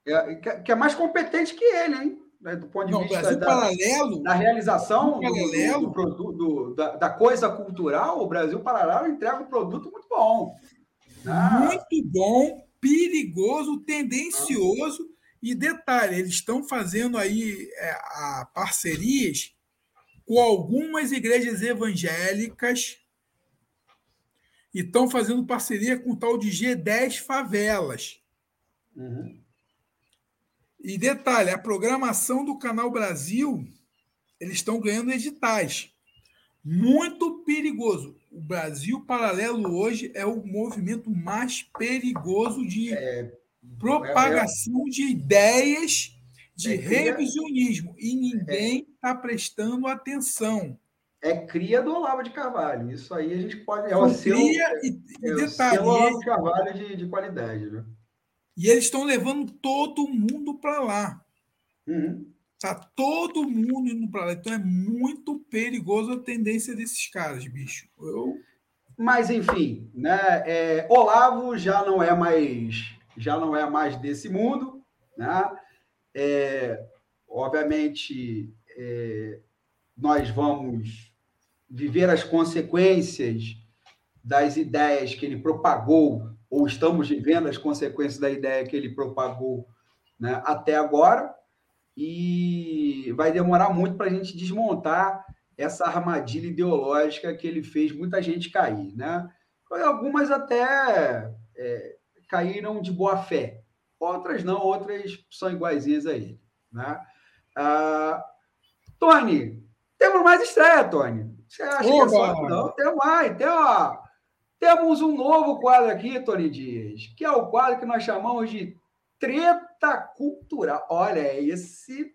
que é mais competente que ele, hein? Do ponto de vista da realização do produto, da coisa cultural, o Brasil Paralelo entrega um produto muito bom. Muito bom, perigoso, tendencioso. E detalhe, eles estão fazendo aí parcerias com algumas igrejas evangélicas e estão fazendo parceria com o tal de G10 Favelas. Uhum. E detalhe, a programação do Canal Brasil, eles estão ganhando editais. Muito perigoso. O Brasil Paralelo hoje é o movimento mais perigoso de propagação de ideias de revisionismo. E ninguém está prestando atenção. É cria do Olavo de Carvalho. Isso aí a gente pode... o detalhe, Olavo de Carvalho de qualidade, né? E eles estão levando todo mundo para lá. Uhum. Tá todo mundo indo para lá. Então é muito perigoso a tendência desses caras, bicho. Mas, enfim, né? Olavo já não é mais desse mundo, né? Obviamente, nós vamos viver as consequências das ideias que ele propagou, ou estamos vivendo as consequências da ideia que ele propagou, né, até agora, e vai demorar muito para a gente desmontar essa armadilha ideológica que ele fez muita gente cair, né? Algumas até caíram de boa fé, outras não, outras são iguaizinhas a ele, né? Tony, temos mais estreia, Tony. Você acha que é só? Não, temos mais. Temos um novo quadro aqui, Tony Dias, que é o quadro que nós chamamos de Treta Cultural. Olha, esse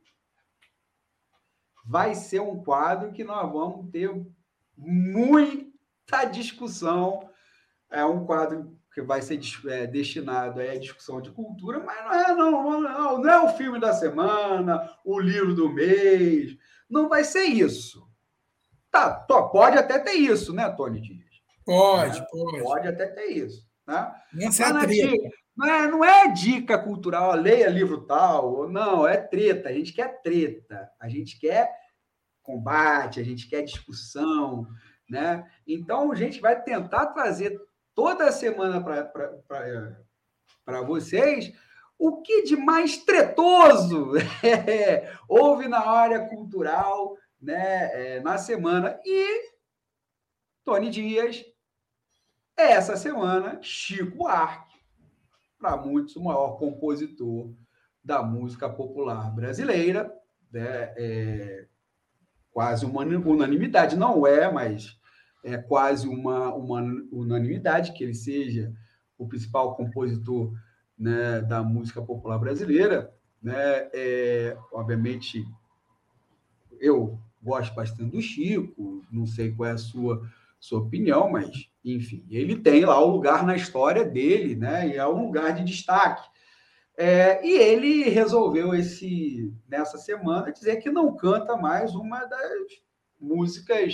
vai ser um quadro que nós vamos ter muita discussão. É um quadro que vai ser destinado à discussão de cultura, mas não é o filme da semana, o livro do mês. Não vai ser isso. Tá, pode até ter isso, né, Tony Dias? Pode. Pode até ter isso. Né? Não é dica cultural, leia livro tal. Não, é treta. A gente quer treta. A gente quer combate, a gente quer discussão. Né? Então, a gente vai tentar trazer toda semana para vocês o que de mais tretoso houve na área cultural, né, na semana. E Tony Dias, essa semana, Chico Buarque, para muitos o maior compositor da música popular brasileira, né? Quase uma unanimidade, não é, mas é quase uma unanimidade que ele seja o principal compositor, né, da música popular brasileira, né? Obviamente, eu gosto bastante do Chico, não sei qual é a sua opinião, mas, enfim, ele tem lá o lugar na história dele, né? E é um lugar de destaque. E ele resolveu, nessa semana, dizer que não canta mais uma das músicas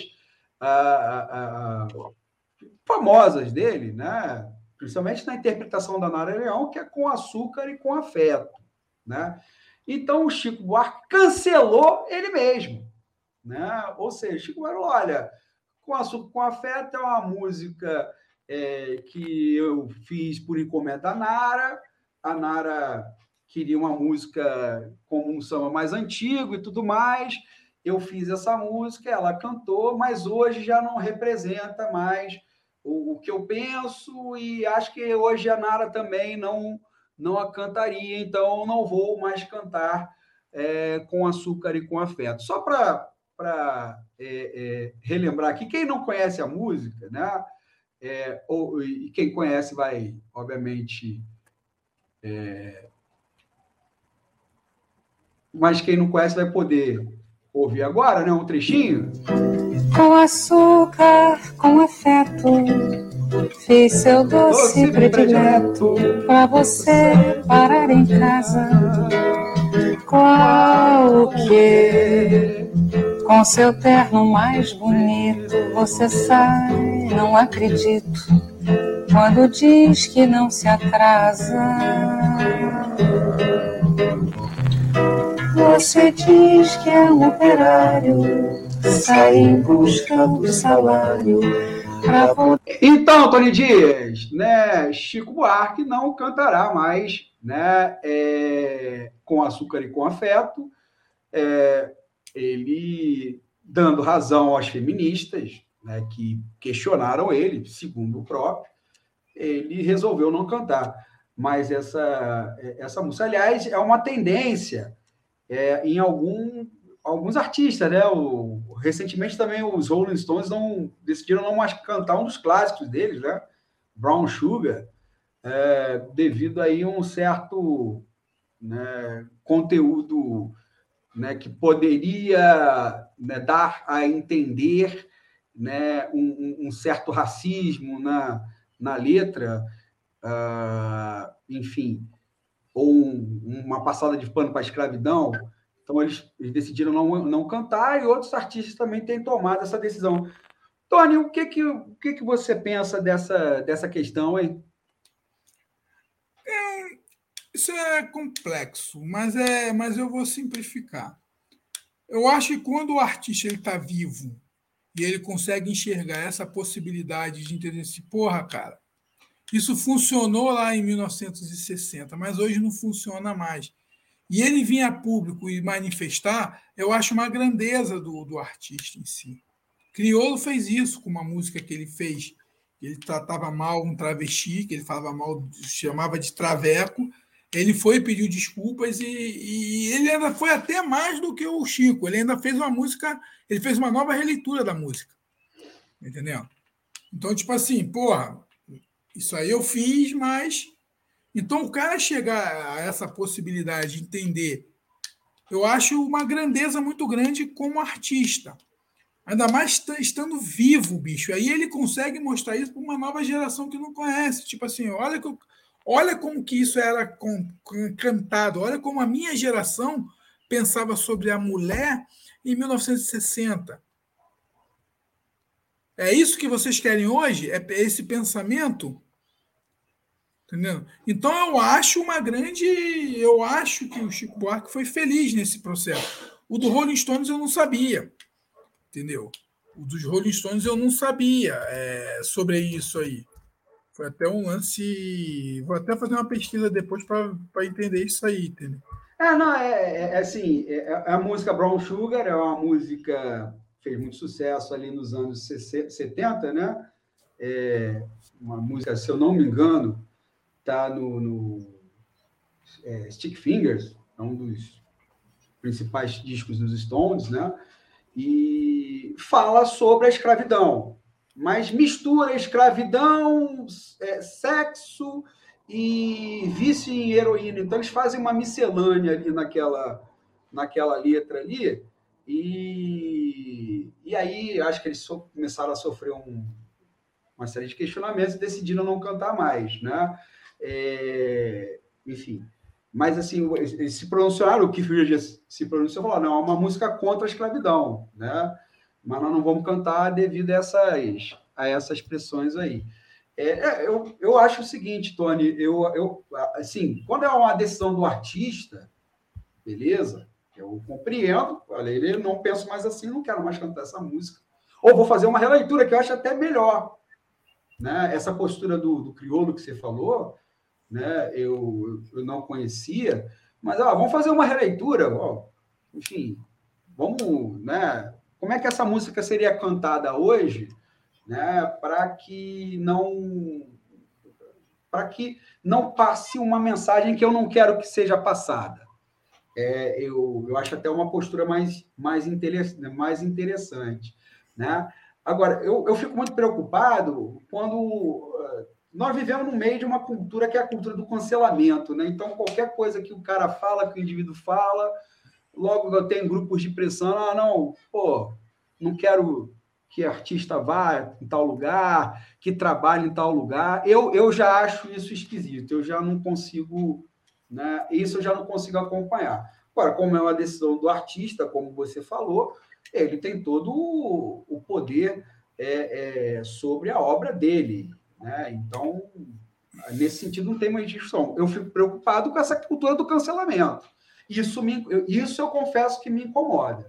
famosas dele, né? Principalmente na interpretação da Nara Leão, que é Com Açúcar e Com Afeto, né? Então, o Chico Buarque cancelou ele mesmo, né? Ou seja, Chico Buarque, olha, Com Açúcar, Com Afeto é uma música que eu fiz por encomenda da Nara. A Nara queria uma música com um samba mais antigo e tudo mais. Eu fiz essa música, ela cantou, mas hoje já não representa mais o que eu penso, e acho que hoje a Nara também não a cantaria, então não vou mais cantar Com Açúcar e Com Afeto. Só para relembrar aqui, quem não conhece a música, né? E quem conhece vai, obviamente... mas quem não conhece vai poder ouvir agora, né? Um trechinho. Com açúcar, com afeto, fiz seu doce predileto pra você parar em casa. Qual o quê? Com seu terno mais bonito, você sai, não acredito. quando diz que não se atrasa. Você diz que é um operário, sai em busca do salário pra voltar. Então, Tony Dias, né, Chico Buarque não cantará mais, né, com açúcar e com afeto, ele dando razão às feministas, né, que questionaram ele, segundo o próprio, ele resolveu não cantar. Mas essa música, aliás, é uma tendência em alguns artistas, né? Recentemente também os Rolling Stones decidiram não mais cantar um dos clássicos deles, né? Brown Sugar, devido aí a um certo, né, conteúdo, né, que poderia, né, dar a entender, né, um certo racismo na letra, enfim, ou uma passada de pano para a escravidão. Então, eles decidiram não cantar, e outros artistas também têm tomado essa decisão. Tony, o que você pensa dessa questão, hein? Isso é complexo, mas eu vou simplificar. Eu acho que quando o artista está vivo e ele consegue enxergar essa possibilidade de entender assim, porra, cara, isso funcionou lá em 1960, mas hoje não funciona mais. E ele vir a público e manifestar, eu acho uma grandeza do artista em si. Criolo fez isso com uma música que ele fez. Ele tratava mal um travesti, que ele falava mal, chamava de traveco. Ele foi e pediu desculpas e ele ainda foi até mais do que o Chico. Ele ainda fez uma música, ele fez uma nova releitura da música. Entendeu? Então, tipo assim, porra, isso aí eu fiz, mas... Então, o cara chegar a essa possibilidade de entender, eu acho uma grandeza muito grande como artista. Ainda mais estando vivo, bicho. Aí ele consegue mostrar isso para uma nova geração que não conhece. Tipo assim, olha como que isso era cantado. Olha como a minha geração pensava sobre a mulher em 1960. É isso que vocês querem hoje? É esse pensamento? Entendeu? Então eu acho que o Chico Buarque foi feliz nesse processo. O do Rolling Stones eu não sabia, entendeu? O dos Rolling Stones eu não sabia sobre isso aí. Foi até um lance. Vou até fazer uma pesquisa depois para entender isso aí, entendeu? Não, assim, a música Brown Sugar é uma música que fez muito sucesso ali nos anos 70, né? Uma música, se eu não me engano, está no Stick Fingers, é um dos principais discos dos Stones, né? E fala sobre a escravidão, mas mistura escravidão, sexo e vício em heroína. Então, eles fazem uma miscelânea ali naquela letra ali, e aí acho que eles começaram a sofrer uma série de questionamentos e decidiram não cantar mais, né? Enfim, mas assim, eles se pronunciaram, o Keith Richards se pronunciou e falou, não, é uma música contra a escravidão, né? Mas nós não vamos cantar devido a essas pressões aí. Eu acho o seguinte, Tony, assim, quando é uma decisão do artista, beleza, eu compreendo, olha, ele não penso mais assim, não quero mais cantar essa música, ou vou fazer uma releitura que eu acho até melhor, né? Essa postura do crioulo que você falou, né? Eu não conhecia, mas vamos fazer uma releitura, enfim, vamos, né? Como é que essa música seria cantada hoje, né? Para que não passe uma mensagem que eu não quero que seja passada. Eu acho até uma postura mais interessante, né? Agora, eu fico muito preocupado quando nós vivemos no meio de uma cultura que é a cultura do cancelamento, né? Então, qualquer coisa que o cara fala, que o indivíduo fala, logo eu tenho grupos de pressão, não quero que artista vá em tal lugar, que trabalhe em tal lugar. Eu já acho isso esquisito, eu já não consigo, né? Isso eu já não consigo acompanhar. Agora, como é uma decisão do artista, como você falou, ele tem todo o poder sobre a obra dele. né? Então, nesse sentido, não tem mais discussão. Eu fico preocupado com essa cultura do cancelamento. Isso eu confesso que me incomoda.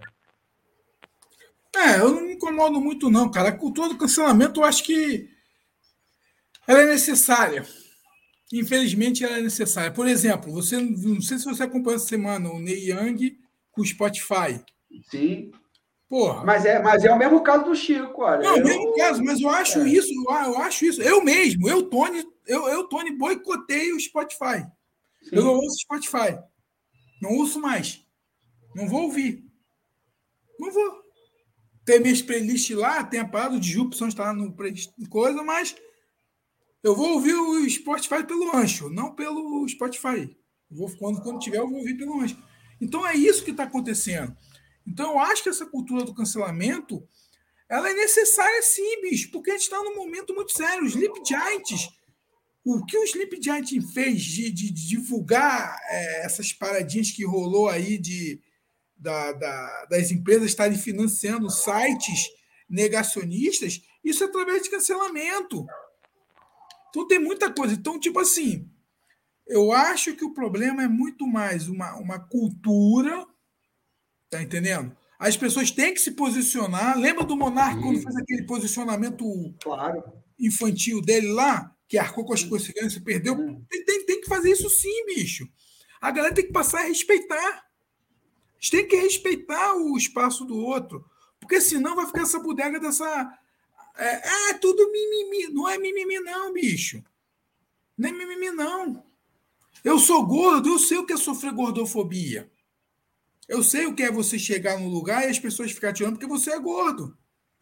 Eu não me incomodo muito, não, cara. A cultura do cancelamento, eu acho que ela é necessária. Infelizmente, ela é necessária. Por exemplo, não sei se você acompanhou essa semana o Neil Young com o Spotify. Sim. Porra. Mas é o mesmo caso do Chico, olha. Não, é o mesmo caso, mas eu acho isso, eu acho isso. Eu mesmo, Tony, boicotei o Spotify. Sim. Eu não ouço Spotify. Não ouço mais. Não vou ouvir. Não vou. Tem minhas playlists lá, tem a parada de disrupção, está no coisa, mas eu vou ouvir o Spotify pelo Ancho, não pelo Spotify. Quando tiver, eu vou ouvir pelo Ancho. Então é isso que está acontecendo. Então eu acho que essa cultura do cancelamento ela é necessária sim, bicho, porque a gente está num momento muito sério. Os Sleep Giants, o que o Sleep Giant fez de divulgar essas paradinhas que rolou aí das empresas estarem financiando sites negacionistas, isso é através de cancelamento. Então tem muita coisa. Então, tipo assim, eu acho que o problema é muito mais uma cultura, tá entendendo? As pessoas têm que se posicionar. Lembra do Monarca quando fez aquele posicionamento infantil dele lá, que arcou com as consequências e perdeu? Tem que fazer isso sim, bicho. A galera tem que passar a respeitar. A gente tem que respeitar o espaço do outro. Porque senão vai ficar essa bodega dessa... tudo mimimi. Não é mimimi não, bicho. Não é mimimi não. Eu sou gordo, eu sei o que é sofrer gordofobia. Eu sei o que é você chegar no lugar e as pessoas ficarem te olhando porque você é gordo.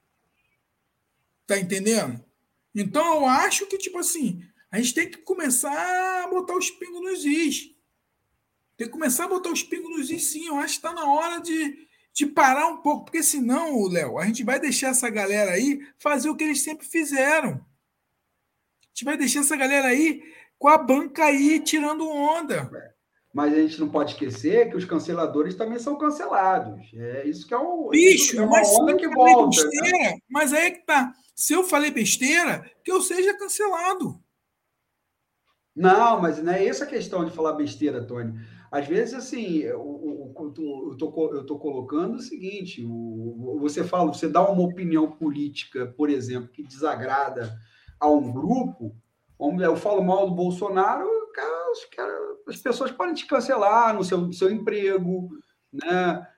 Tá entendendo? Então, eu acho que, tipo assim, a gente tem que começar a botar os pingos nos is. Tem que começar a botar os pingos nos is, sim. Eu acho que está na hora de parar um pouco, porque senão, Léo, a gente vai deixar essa galera aí fazer o que eles sempre fizeram. A gente vai deixar essa galera aí com a banca aí tirando onda. Mas a gente não pode esquecer que os canceladores também são cancelados. É isso que é o. Bicho, é uma onda que volta. Besteira, né? Mas aí é que tá. Se eu falei besteira, que eu seja cancelado. Não, mas não é essa a questão de falar besteira, Tony. Às vezes, assim, eu tô colocando o seguinte: você dá uma opinião política, por exemplo, que desagrada a um grupo. Eu falo mal do Bolsonaro, as pessoas podem te cancelar no seu emprego, né?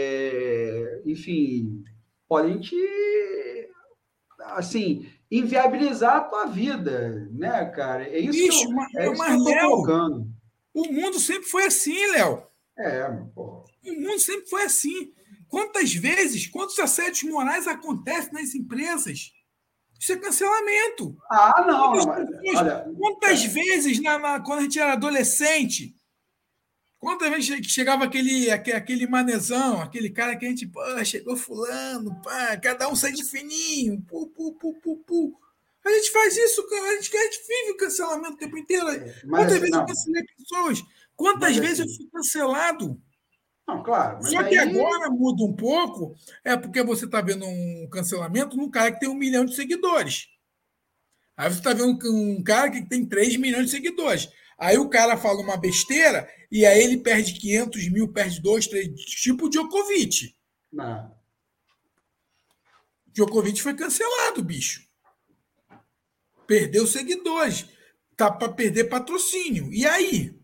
Enfim, podem te, assim, inviabilizar a tua vida, né, cara? É isso Bicho, que eu estou colocando. O mundo sempre foi assim, Léo. Pô. O mundo sempre foi assim. Quantos assédios morais acontecem nas empresas? Isso é cancelamento. Não. Olha, quantas vezes, quando a gente era adolescente, quantas vezes que chegava aquele manezão, aquele cara que a gente, chegou fulano, cada um sai de fininho, A gente faz isso, a gente vive o cancelamento o tempo inteiro. Quantas vezes eu cancelei pessoas? Quantas vezes eu fui cancelado? Não, claro. Só que agora muda um pouco, porque você está vendo um cancelamento num cara que tem 1 milhão de seguidores. Aí você está vendo um cara que tem 3 milhões de seguidores. Aí o cara fala uma besteira e aí ele perde 500 mil, perde 2, 3, tipo o Djokovic. Não. Djokovic foi cancelado, bicho. Perdeu seguidores. Tá para perder patrocínio. E aí?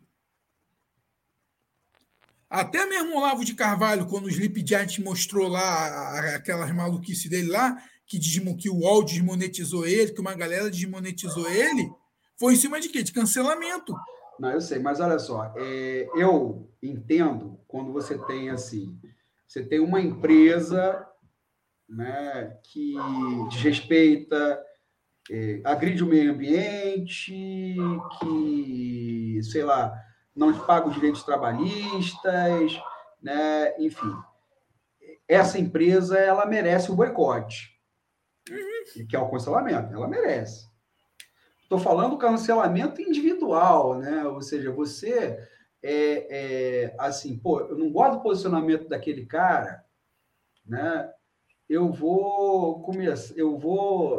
Até mesmo o Olavo de Carvalho, quando o Sleep Giant mostrou lá aquelas maluquices dele lá, que o UOL desmonetizou ele, que uma galera desmonetizou ele, foi em cima de quê? De cancelamento. Não, eu sei, mas olha só, eu entendo quando você tem assim, você tem uma empresa, né, que desrespeita, agride o meio ambiente, que, sei lá, não paga os direitos trabalhistas, né, enfim. Essa empresa, ela merece o boicote, que é o cancelamento, ela merece. Estou falando cancelamento individual, né? Ou seja, você assim, eu não gosto do posicionamento daquele cara, né? Eu vou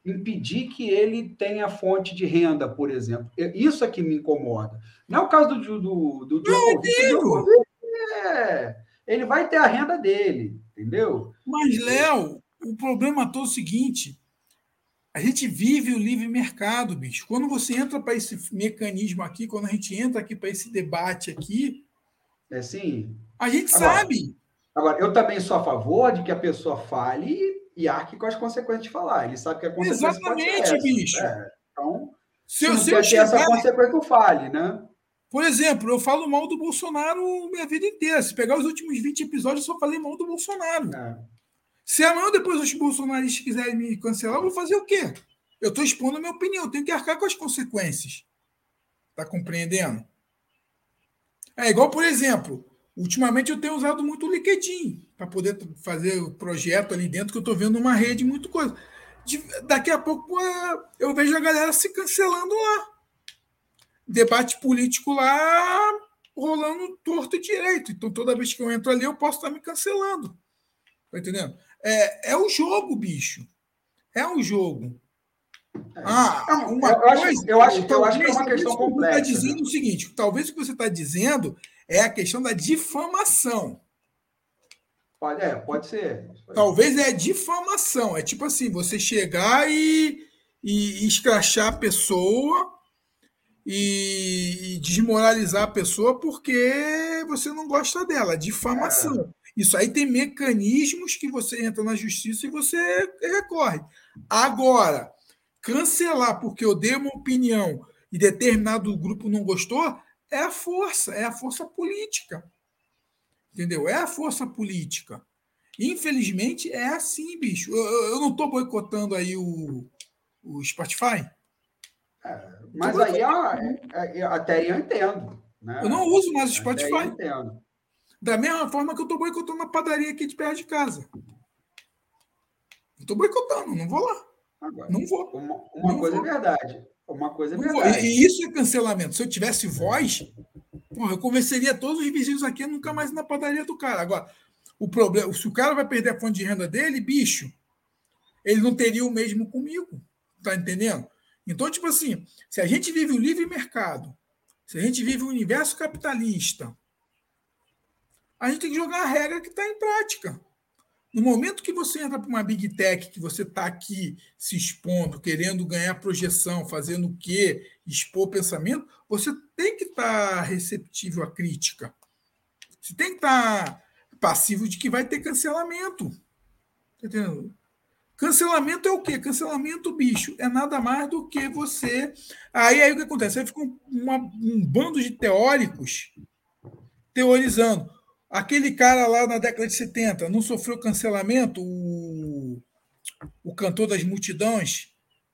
impedir que ele tenha fonte de renda, por exemplo. Isso é que me incomoda. Não é o caso do Djokovic. O Djokovic ele vai ter a renda dele, entendeu? Mas, Léo, o problema todo é o seguinte: a gente vive o livre mercado, bicho. Quando você entra para esse mecanismo aqui, quando a gente entra aqui para esse debate aqui, É assim. a gente sabe. Agora, eu também sou a favor de que a pessoa fale e arque com as consequências de falar. Ele sabe que a consequência Exatamente, pode ser essa, bicho. Então, se não eu quer ter chegar, essa consequência, tu fale, né? Por exemplo, eu falo mal do Bolsonaro minha vida inteira. Se pegar os últimos 20 episódios, eu só falei mal do Bolsonaro. Se amanhã ou depois os bolsonaristas quiserem me cancelar, eu vou fazer o quê? Eu estou expondo a minha opinião, eu tenho que arcar com as consequências. Tá compreendendo? É igual, por exemplo, ultimamente eu tenho usado muito o LinkedIn para poder fazer o projeto ali dentro, que eu estou vendo uma rede, muito coisa. Daqui a pouco eu vejo a galera se cancelando lá. Debate político lá rolando torto e direito. Então, toda vez que eu entro ali, eu posso estar me cancelando. Tá entendendo? É o jogo, bicho. É um jogo. Eu acho que é uma questão complexa. Você está dizendo o seguinte: talvez o que você está dizendo é a questão da difamação. Pode ser. Talvez é difamação. É tipo assim, você chegar e escrachar a pessoa e desmoralizar a pessoa porque você não gosta dela. Difamação. Isso aí tem mecanismos que você entra na justiça e você recorre. Agora, cancelar porque eu dei uma opinião e determinado grupo não gostou é a força política. Entendeu? É a força política. Infelizmente, é assim, bicho. Eu não estou boicotando aí o Spotify. Mas aí até eu entendo. Né? Eu não uso mais o Spotify. Eu entendo. Da mesma forma que eu estou boicotando a padaria aqui de perto de casa. Estou boicotando, não vou lá. Agora, não vou. Uma coisa é verdade. Uma coisa é verdade. E isso é cancelamento. Se eu tivesse voz, porra, eu convenceria todos os vizinhos aqui a nunca mais ir na padaria do cara. Agora, o problema, se o cara vai perder a fonte de renda dele, bicho, ele não teria o mesmo comigo. Tá entendendo? Então, tipo assim, se a gente vive o livre mercado, se a gente vive o universo capitalista, a gente tem que jogar a regra que está em prática. No momento que você entra para uma Big Tech, que você está aqui se expondo, querendo ganhar projeção, fazendo o quê? Expor pensamento, você tem que estar receptível à crítica. Você tem que estar passivo de que vai ter cancelamento. Tá entendendo? Cancelamento é o quê? Cancelamento, bicho, é nada mais do que você... Aí o que acontece? Aí fica um bando de teóricos teorizando. Aquele cara lá na década de 70 não sofreu cancelamento? O cantor das multidões?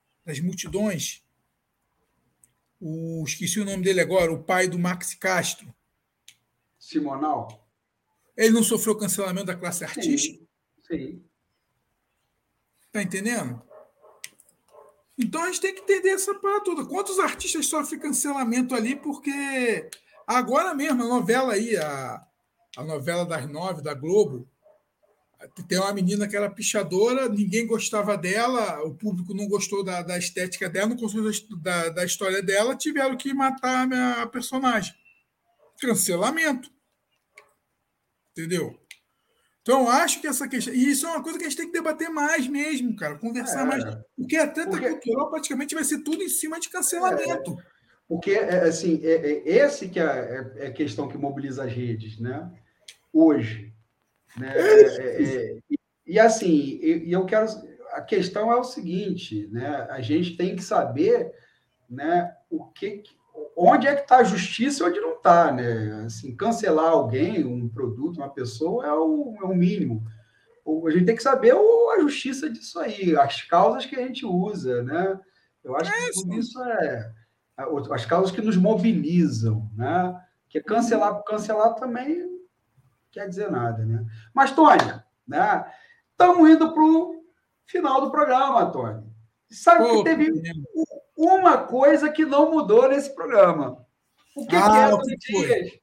Esqueci o nome dele agora, o pai do Maxi Castro. Simonal. Ele não sofreu cancelamento da classe artística? Sim. Tá entendendo? Então a gente tem que entender essa parada toda. Quantos artistas sofrem cancelamento ali? Porque agora mesmo, a novela aí, a novela das 9 da Globo, tem uma menina que era pichadora, ninguém gostava dela, o público não gostou da estética dela, não gostou da história dela, tiveram que matar a personagem. Cancelamento. Entendeu? Então, acho que essa questão... E isso é uma coisa que a gente tem que debater mais mesmo, cara. Conversar mais. Porque a treta cultural praticamente vai ser tudo em cima de cancelamento. Porque, assim, esse que é a questão que mobiliza as redes, né? Hoje. Né? E assim, eu quero... A questão é o seguinte, né? A gente tem que saber, né, onde é que está a justiça e onde não está, né? Assim, cancelar alguém, um produto, uma pessoa, é o mínimo. A gente tem que saber a justiça disso aí, as causas que a gente usa, né? Eu acho que tudo isso as causas que nos mobilizam, né? Que cancelar também não quer dizer nada, né? Mas, Tony, né? Estamos indo para o final do programa, Tony. Sabe que teve uma coisa que não mudou nesse programa. O que é, Tony Dias?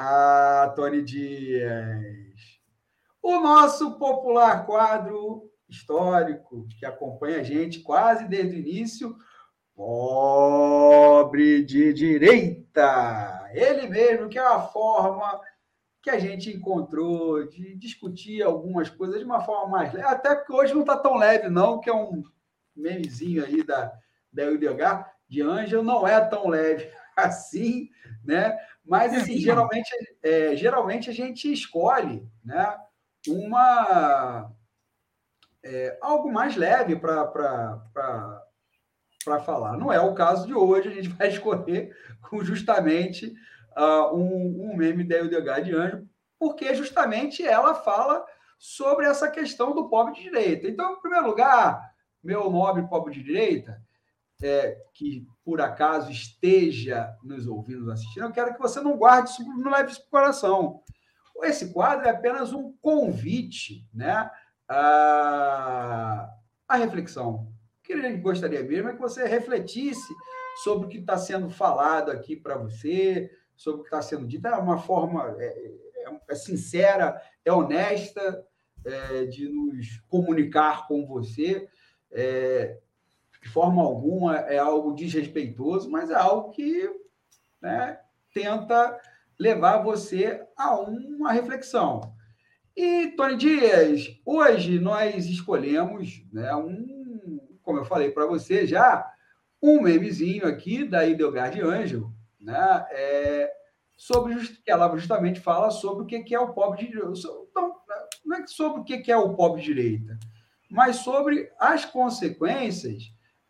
Tony Dias. O nosso popular quadro histórico, que acompanha a gente quase desde o início, pobre de direita. Ele mesmo, que é uma forma que a gente encontrou de discutir algumas coisas de uma forma mais leve, até que hoje não está tão leve, não, que é um memezinho aí da UDH, de Ângelo, não é tão leve assim, né? Mas, assim, geralmente a gente escolhe, né, algo mais leve para falar. Não é o caso de hoje, a gente vai escolher justamente um meme da UDH de Anjo, porque justamente ela fala sobre essa questão do pobre de direita. Então, em primeiro lugar, meu nobre pobre de direita, que por acaso esteja nos ouvindo, nos assistindo, eu quero que você não guarde isso, não leve isso para o coração. Esse quadro é apenas um convite, né, à reflexão. O que eu gostaria mesmo é que você refletisse sobre o que está sendo falado aqui para você, sobre o que está sendo dito. É uma forma sincera, é honesta de nos comunicar com você. De forma alguma é algo desrespeitoso, mas é algo que, né, tenta levar você a uma reflexão. E, Tony Dias, hoje nós escolhemos, né, como eu falei para você já, um memezinho aqui da Idelgar de Ângelo, né, que ela justamente fala sobre o que é o pobre de direita. Então, não é sobre o que é o pobre de direita, mas sobre as consequências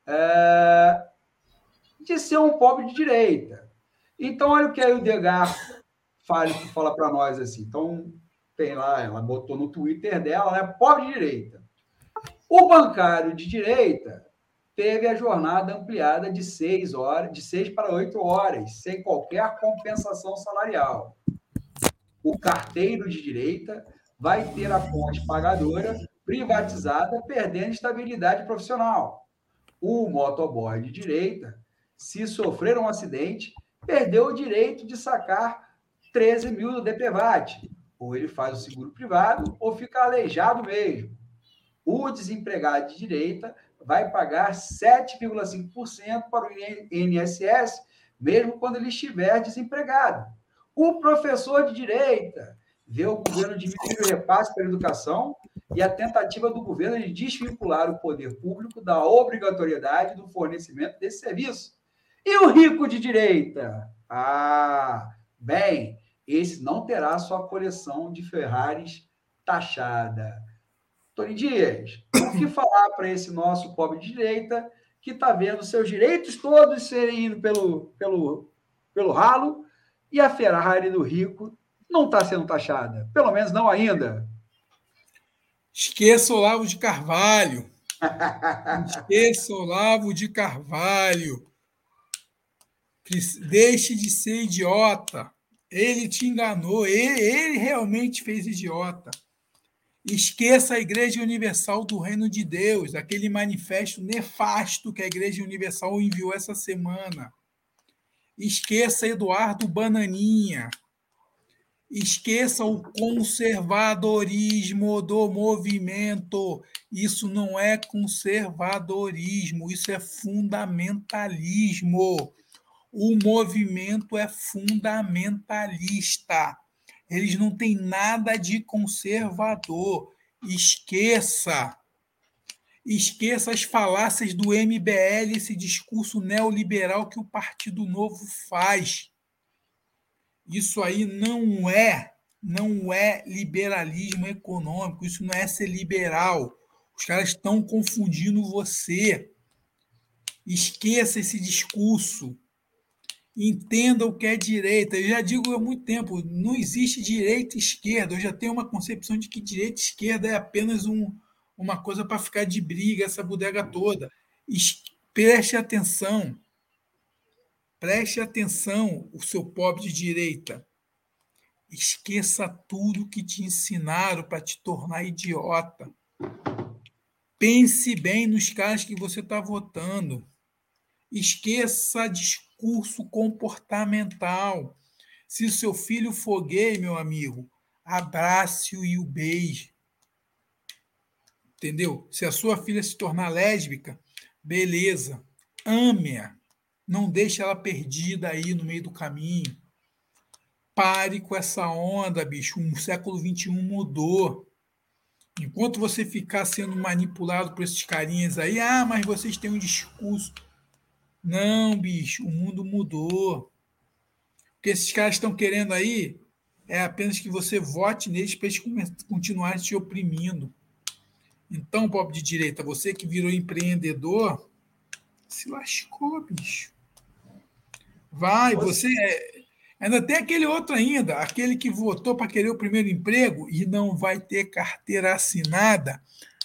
de ser um pobre de direita. Então, olha o que a Idelgar fala para nós assim. Então, tem lá, ela botou no Twitter dela, né? Pobre de direita. O bancário de direita teve a jornada ampliada de 6 para 8 horas, sem qualquer compensação salarial. O carteiro de direita vai ter a fonte pagadora privatizada, perdendo estabilidade profissional. O motoboy de direita, se sofrer um acidente, perdeu o direito de sacar 13 mil do DPVAT. Ou ele faz o seguro privado, ou fica aleijado mesmo. O desempregado de direita vai pagar 7,5% para o INSS, mesmo quando ele estiver desempregado. O professor de direita vê o governo diminuir o repasse para a educação e a tentativa do governo de desvincular o poder público da obrigatoriedade do fornecimento desse serviço. E o rico de direita? Bem, esse não terá sua coleção de Ferraris taxada. Tony Dias, o que falar para esse nosso pobre de direita que está vendo seus direitos todos serem indo pelo ralo e a Ferrari do rico não está sendo taxada? Pelo menos não ainda. Esqueça Olavo de Carvalho. Esqueça Olavo de Carvalho. Deixe de ser idiota. Ele te enganou. Ele realmente fez idiota. Esqueça a Igreja Universal do Reino de Deus, aquele manifesto nefasto que a Igreja Universal enviou essa semana. Esqueça Eduardo Bananinha. Esqueça o conservadorismo do movimento. Isso não é conservadorismo, isso é fundamentalismo. O movimento é fundamentalista. Eles não têm nada de conservador. Esqueça. Esqueça as falácias do MBL, esse discurso neoliberal que o Partido Novo faz. Isso aí não é liberalismo econômico, isso não é ser liberal. Os caras estão confundindo você. Esqueça esse discurso. Entenda o que é direita. Eu já digo há muito tempo, não existe direita e esquerda. Eu já tenho uma concepção de que direita e esquerda é apenas uma coisa para ficar de briga, essa bodega toda. Preste atenção. Preste atenção, o seu pobre de direita. Esqueça tudo que te ensinaram para te tornar idiota. Pense bem nos caras que você está votando. Esqueça discurso comportamental. Se o seu filho for gay, meu amigo, abrace-o e o beije. Entendeu? Se a sua filha se tornar lésbica, beleza. Ame-a. Não deixe ela perdida aí no meio do caminho. Pare com essa onda, bicho. O século XXI mudou. Enquanto você ficar sendo manipulado por esses carinhas aí, mas vocês têm um discurso. Não, bicho, o mundo mudou. O que esses caras estão querendo aí é apenas que você vote neles para eles continuarem te oprimindo. Então, pobre de direita, você que virou empreendedor, se lascou, bicho. Vai, você... Ainda tem aquele outro ainda, aquele que votou para querer o primeiro emprego e não vai ter carteira assinada.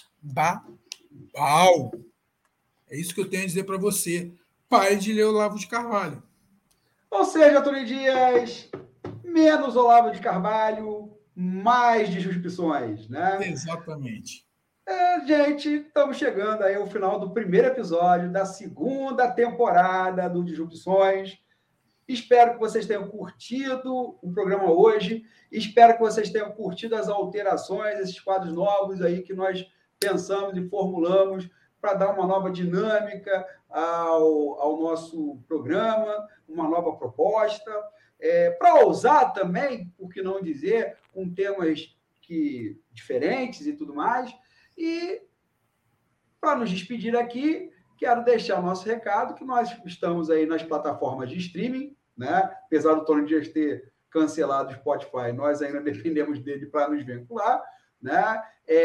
Babau. É isso que eu tenho a dizer para você. Pare de ler o Olavo de Carvalho. Ou seja, Tony Dias, menos Olavo de Carvalho, mais disrupções, né? Exatamente. Gente, estamos chegando aí ao final do primeiro episódio da segunda temporada do Disrupções. Espero que vocês tenham curtido o programa hoje. Espero que vocês tenham curtido as alterações, esses quadros novos aí que nós pensamos e formulamos para dar uma nova dinâmica ao nosso programa, uma nova proposta. Para ousar também, por que não dizer, com temas diferentes e tudo mais. E para nos despedir aqui, quero deixar nosso recado que nós estamos aí nas plataformas de streaming, né? Apesar do Tony Dias ter cancelado o Spotify, nós ainda dependemos dele para nos vincular, né?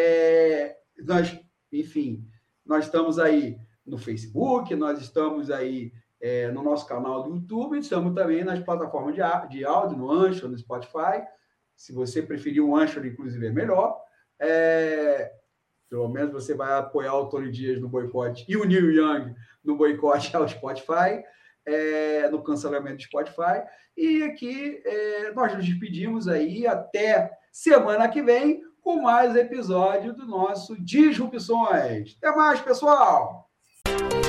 Nós estamos aí no Facebook, nós estamos aí no nosso canal do YouTube, estamos também nas plataformas de áudio, no Anchor, no Spotify. Se você preferir o Anchor, inclusive, é melhor. Pelo menos você vai apoiar o Tony Dias no boicote e o Neil Young no boicote ao Spotify, no cancelamento do Spotify. E aqui nós nos despedimos aí até semana que vem com mais episódio do nosso Disrupções. Até mais, pessoal!